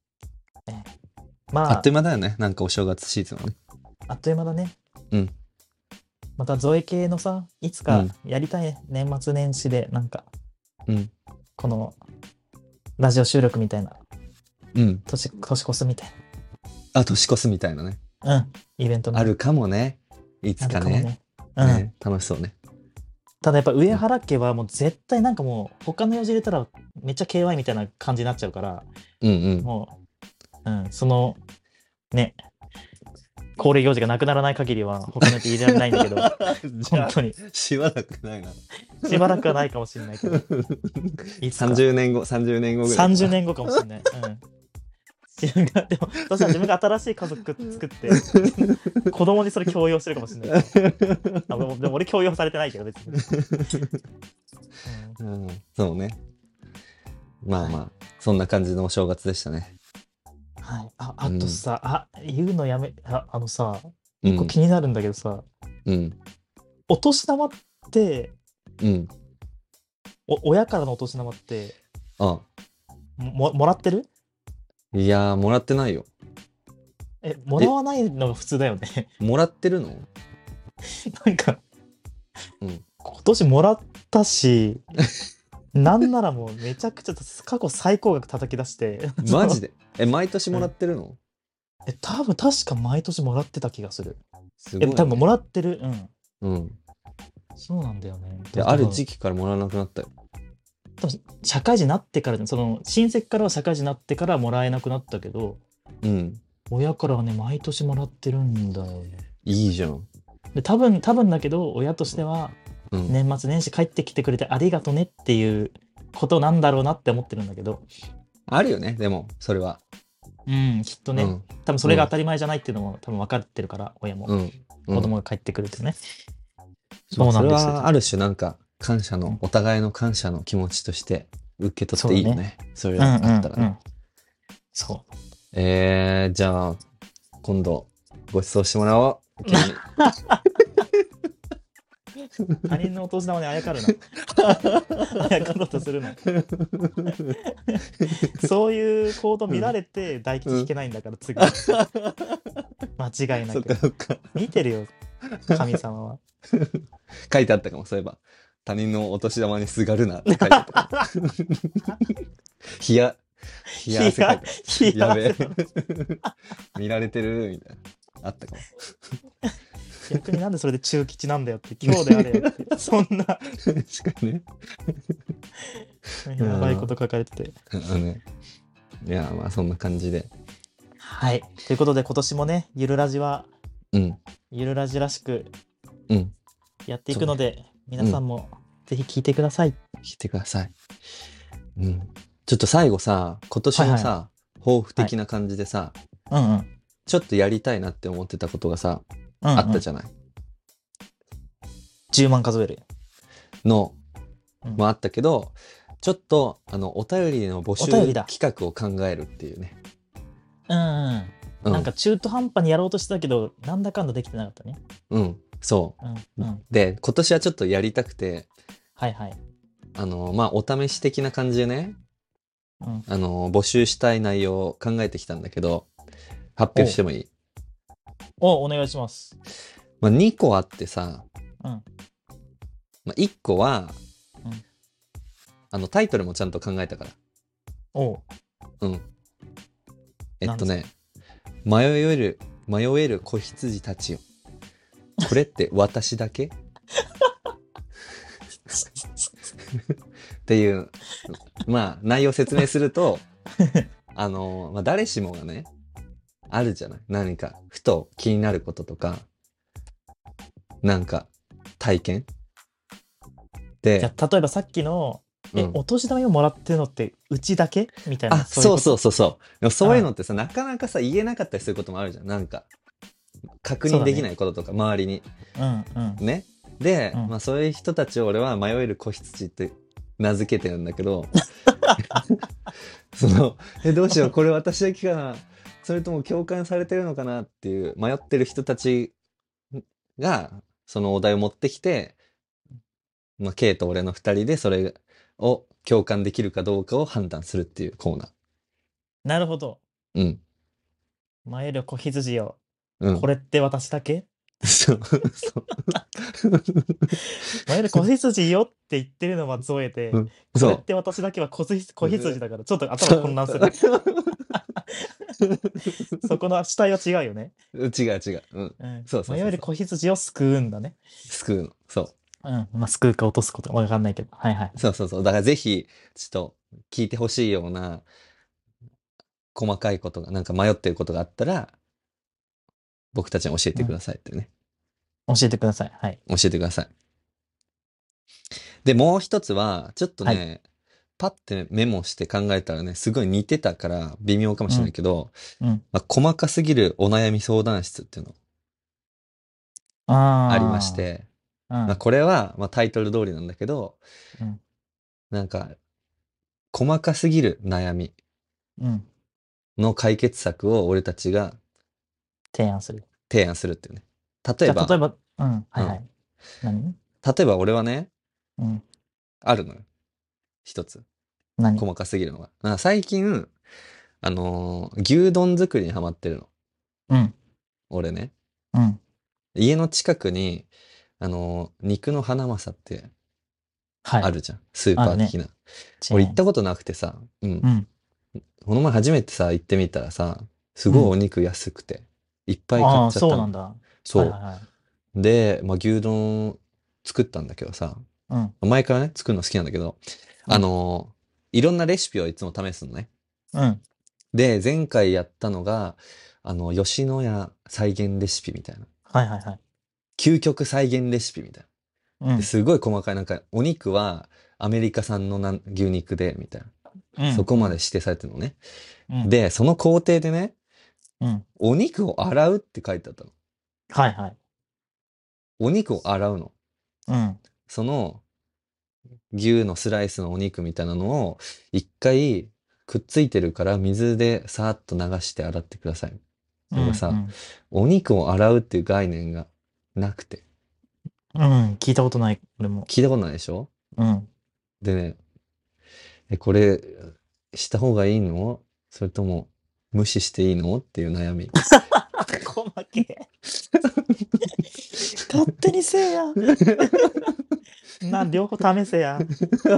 まあ、 あっという間だよね。なんかお正月シーズンはね。 あっという間だね。 うん。 またゾエ系のさ、いつかやりたいね。年末年始で、なんか、 うん。 この、ラジオ収録みたいな。 うん。 年、年越すみたいあ、年越すみたいなね。 な。うん。イベントねあるかもね。いつかね。 あるかもね。うん。 ね楽しそうね。 ただやっぱ上原家はもう絶対なんかもう他の用事入れたらめっちゃ ケーワイ みたいな感じになっちゃうから、 うんうん。 もう、うん、その、ね、恒例行事がなくならない限りは他のやつ入れられないんだけど、本当に。 しばらくないな。 しばらくはないかもしれないけど。いつかさんじゅうねんご、さんじゅうねんごぐらい。 さんじゅうねんごかもしれない。うん。自分が、でも、そしたら自分が新しい家族作って、子供にそれ強要してるかもしれない。あでもでも俺強要されてないけど、別に。 うんうん、そうね。まあまあ、はい、そんな感じのお正月でしたね。 はい。あ、あとさ、うん、あ、言うのやめ、ああのさ、 一個気になるんだけどさ、 うん。 お年玉って、 うん。 お、親からのお年玉って、 あも、もらってる？ いやー、もらってないよ。 え、もらわないのが普通だよね。 もらってるの？ なんか、 うん、 今年もらったし、なんならもうめちゃくちゃ過去最高額叩き出して。 マジで？え、毎年もらってるの？ え、多分確か毎年もらってた気がする。 すごい、ね。 え、多分もらってる。うん。 うん。 そうなんだよね。 いや、ある時期からもらわなくなったよ。 多分社会人になってから、その親戚からは社会人になってからもらえなくなったけど、 うん。 親からはね、毎年もらってるんだよね。 いいじゃん。 で、多分、多分だけど、親としては、うん、年末年始帰ってきてくれてありがとねっていうことなんだろうなって思ってるんだけど。 あるよね、でも、それは。 うん、きっとね。うん、多分それが当たり前じゃないっていうのも、うん、多分分かってるから、親も。うん、子供が帰ってくるってね。 そうなんですよ。それはある種なんか、感謝の、うん、お互いの感謝の気持ちとして受け取っていいよね。それがあったらね。うんうんうん、そう。えー、じゃあ、今度、ご馳走してもらおう。 他人のお年玉にあやかるな。あやかろうとするな。そういう行動見られて大吉引けないんだから、次。間違いなく。見てるよ、神様は。 書いてあったかも、そういえば。他人のお年玉にすがるなって書いてあったかも。冷や、冷や汗かいた。やべえ。見られてるみたいな。あったかも。 逆になんでそれで中吉なんだよって、今日であれよって、そんな。確かにね。 やばいこと書かれてて。 ね、いや、まあそんな感じで。 はい。ということで今年もね、ゆるラジは、うん、ゆるラジらしく、うん、やっていくので、皆さんもぜひ聞いてください。 聞いてください。うん。ちょっと最後さ、今年のさ、はいはい、抱負的な感じでさ、 はい、うんうん。 ちょっとやりたいなって思ってたことがさ、うんうん、あったじゃない。 じゅうまん数えるのもあったけど、うん、ちょっとあのお便りの募集企画を考えるっていうね。 うんうん、うん、なんか中途半端にやろうとしてたけど、なんだかんだできてなかったね。 うんそう、 うんうん、 で今年はちょっとやりたくて、 はいはい、 あのまあお試し的な感じでね、 うん。 あの、募集したい内容を考えてきたんだけど、発表してもいい？ お、お願いします。 まあ、にこあってさ、 うん。 まあ、いっこは、 うん。 あの、タイトルもちゃんと考えたから。 おうん。えっなんですか？ とね、迷える、迷える子羊たちよ。これって私だけっていう、まあ、内容を説明すると、あの、まあ、誰しもがね、あるじゃない。何か、ふと気になることとか、なんか、体験で、 じゃあ、例えばさっきの、え、 うん。 お年玉をもらってるのってうちだけみたいな、 あ、そうそうそういうこと？ そうそう。でもうん。 そういうのってさ、なかなかさ、言えなかったりすることもあるじゃん。なんか、確認できなそうだね。 いこととか、周りに。 うんうん。 ね。で、 うん。 まあそういう人たちを俺は迷える子羊って名付けてるんだけど、その、え、どうしよう、これ私だけかな、それとも共感されてるのかなっていう迷ってる人たちが、そのお題を持ってきて、まあ、K と俺の二人でそれを共感できるかどうかを判断するっていうコーナー。 なるほど。 うん。 迷える子羊よ。 うん。 これって私だけ？ そう。そう。 迷える子羊よって言ってるのはゾエで、 うん。そこれって私だけは子羊子う。 羊だから、ちょっと頭そう。 混乱する。そこの主体は違うよね。 違う違う。うん。 うん。 そうそうそうそう。 迷える子羊を救うんだね。 救うの。そうん。まあ、救うか落とすことかわかんないけど。はいはい。 う。そうそうそう。だからぜひ、ちょっと聞いてほしいような細かいことが、なんか迷ってることがあったら、僕たちに教えうん。 てくださいってね。 教えてください。はい。 教えてください。で、もう一つは、ちょっとはい。 ね、パッてメモして考えたらね、すごい似てたから微妙かもしれないうん。 けど、 うん。 まあ、細かすぎるお悩み相談室っていうのありましあて、 あ。うまあ、 ん。 これは、まあ、タイトル通りなんだけど、 うん。 なんか、細かすぎる悩みうん。 の解決策を俺たちが提案する。 提案するっていうね。例えじゃあ、例えば、 ば、うん。はうん。 いはい。何？ 例えば俺はね、 うん。 あるのよ。一つ。 何？ 細かすぎるのが。なんか最近、あのー牛丼作りにハマってるの。 うん。 俺ね。 うん。 家の近くに、あのー肉のハナマサってはい。 あるじゃん。スーあるね。 パー的な。 チェーン。 俺行ったことなくてさ、うん。 うん。 この前初めてさ、行ってみたらさ、すうん。 ごいお肉安くて、いっぱい買っああ、 ちゃったの。 そうなんだ。はいはそいはい。 う。で、まあ、牛丼作ったんだけどさ、 うん。 前からね、作るの好きなんだけど、あうん。 のーいろんなレシピをいつも試すのね。 うん。 で、前回やったのが、あの、吉野家再現レシピみたいな。 はいはいはい。 究極再現レシピみたいな。で、 うん。 すごい細かい、なんか、お肉はアメリカ産のなん牛肉で、みたいな。 うん。 そこうん。 まで指定されてるのね。 うん。 で、その工程でね、 うん。 お肉を洗うって書いてあったの。 はいはい。 お肉を洗うの。 うん。 その、牛のスライスのお肉みたいなのを、一回、くっついてるから水でさーっと流して洗ってください。 うん。う俺さ、 ん。 お肉を洗うっていう概念がなくて。 うん。聞いたことない。俺も。 聞いたことないでしょ？ うん。 でね、え、これ、した方がいいの？それとも、無視していいのっていう悩み。 細け。勝手にせえや。な、両方試せや。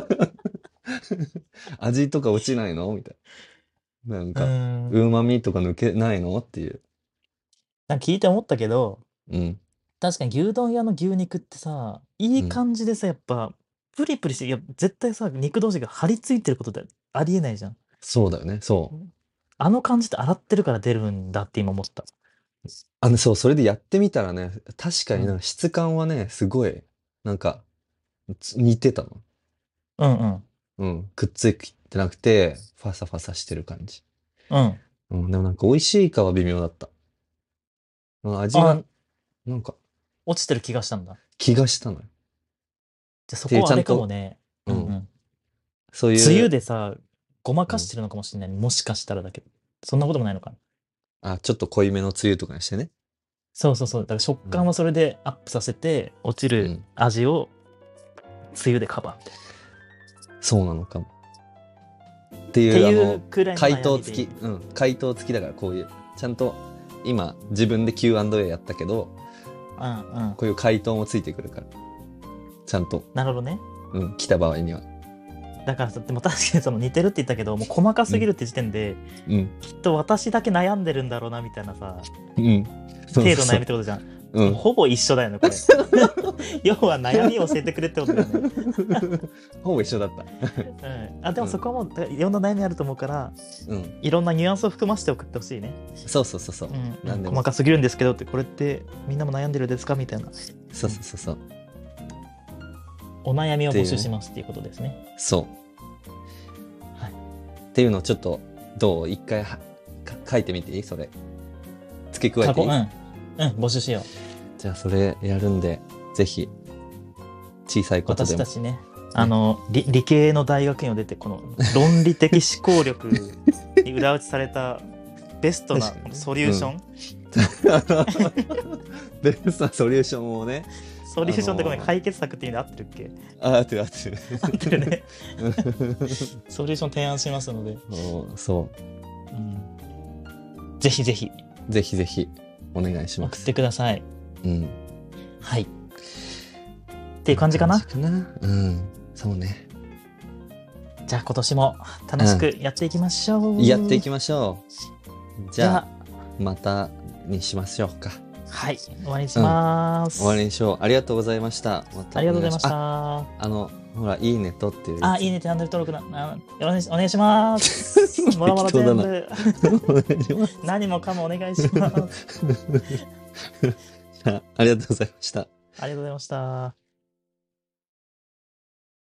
味とか落ちないのみたいな。なんうーか、 ん。 旨味とか抜けないのっていう。 なんか聞いて思ったけど、 うん。 確かに牛丼屋の牛肉ってさ、いいうん。 感じでさ、やっぱ、プリプリして、いや、絶対さ、肉同士が張り付いてることってありえないじゃん。 そうだよね。そう。 あの感じって洗ってるから出るんだって今思った。 あの、そう、それでやってみたらね、確かうん。 になんか質感はね、すごい、なんか、つ似てたの。 うんうん。 うん。くっついてなくて、ファサファサしてる感じ。 うん。 うん。でもなんか美味しいかは微妙だった。うん、味あ、 が、なんか、 落ちてる気がしたんだ。 気がしたのよ。っじゃ、そていう、 こはあれかもちゃんと、 ね。 うん。 うんうん。つそういう、 ゆでさ、ごまうん。 かしてるのかもしんない。もしかしたらだけど。そんなこともないのかな。 あ、ちょっと濃いめのつゆとかにしてね。 そうそうそう。だから食うん。 感はそれでアップさせて、落ちるうん。 味をつゆでカバーみたいな。 そうなのかも。 っていう、 っていうあのくらいの回悩みで答付き、うん、回答付きだから、こういうちゃんと今自分で キューアンドエー やったけど、 うんうん。 こういう回答もついてくるから、ちゃんと、 なるほどね。 うん、来た場合には。 だからさ、でも確かにその似てるって言ったけど、もう細かすぎるって時点で、 うん。 きっと私だけ悩んでるんだろうなみたいなさ、 うん。 程度悩みってことじゃん。 うん。 ほぼ一緒だよね、これ。要は悩みを教えてくれってことだよね。 ほぼ一緒だった。 うん。あ、でもそこはもう、いろんな悩みあると思うから、 うん。 いろんなニュアンスを含ませて送ってほしいね。 そうそうそうそう。 うん。 なんでも細かすぎるんですけどって、これってみんなも悩んでるですかみたいな。 そうそうそうそう。 お悩みを募集しますっていうことですね。 そう。 はい。 っていうのをちょっと、どう一回はか書いてみていいそれ。付け加えていい、 過去、うん。うん、募集しよう。 じゃあそれやるんで、ぜひ、小さいことでも。 私たちね、あの、理理系の大学院を出て、この論理的思考力に裏打ちされたベストな確かにねソリューション、 ベストなソリューションをね。 ソリューションってごめん、 あのー解決策って意味で合ってるっけ？ あ、合ってる合ってる。 合ってるね。ソリューション提案しますので、 そうそうん、ぜひぜひう。ぜひぜひ、お願いします。 送ってください。 うん。 はい。っていう感じかな。 かなうん。そうね。 じゃあ今年も楽しくやっていきましょう。 やっていきましょう。じじゃあゃあ、またにしましょうか。 はい、終わりにします。 終わりにしよう。ありがとうございました。またありがとうございましあた。 あの、ほら、いいねとっていうやつ。 あ、いいね、チャンネル登録な、あよろしお願いします。もろもろ全部。 お願いします。 何もかもお願いします。 じゃあ、ありがとうございました。 ありがとうございました。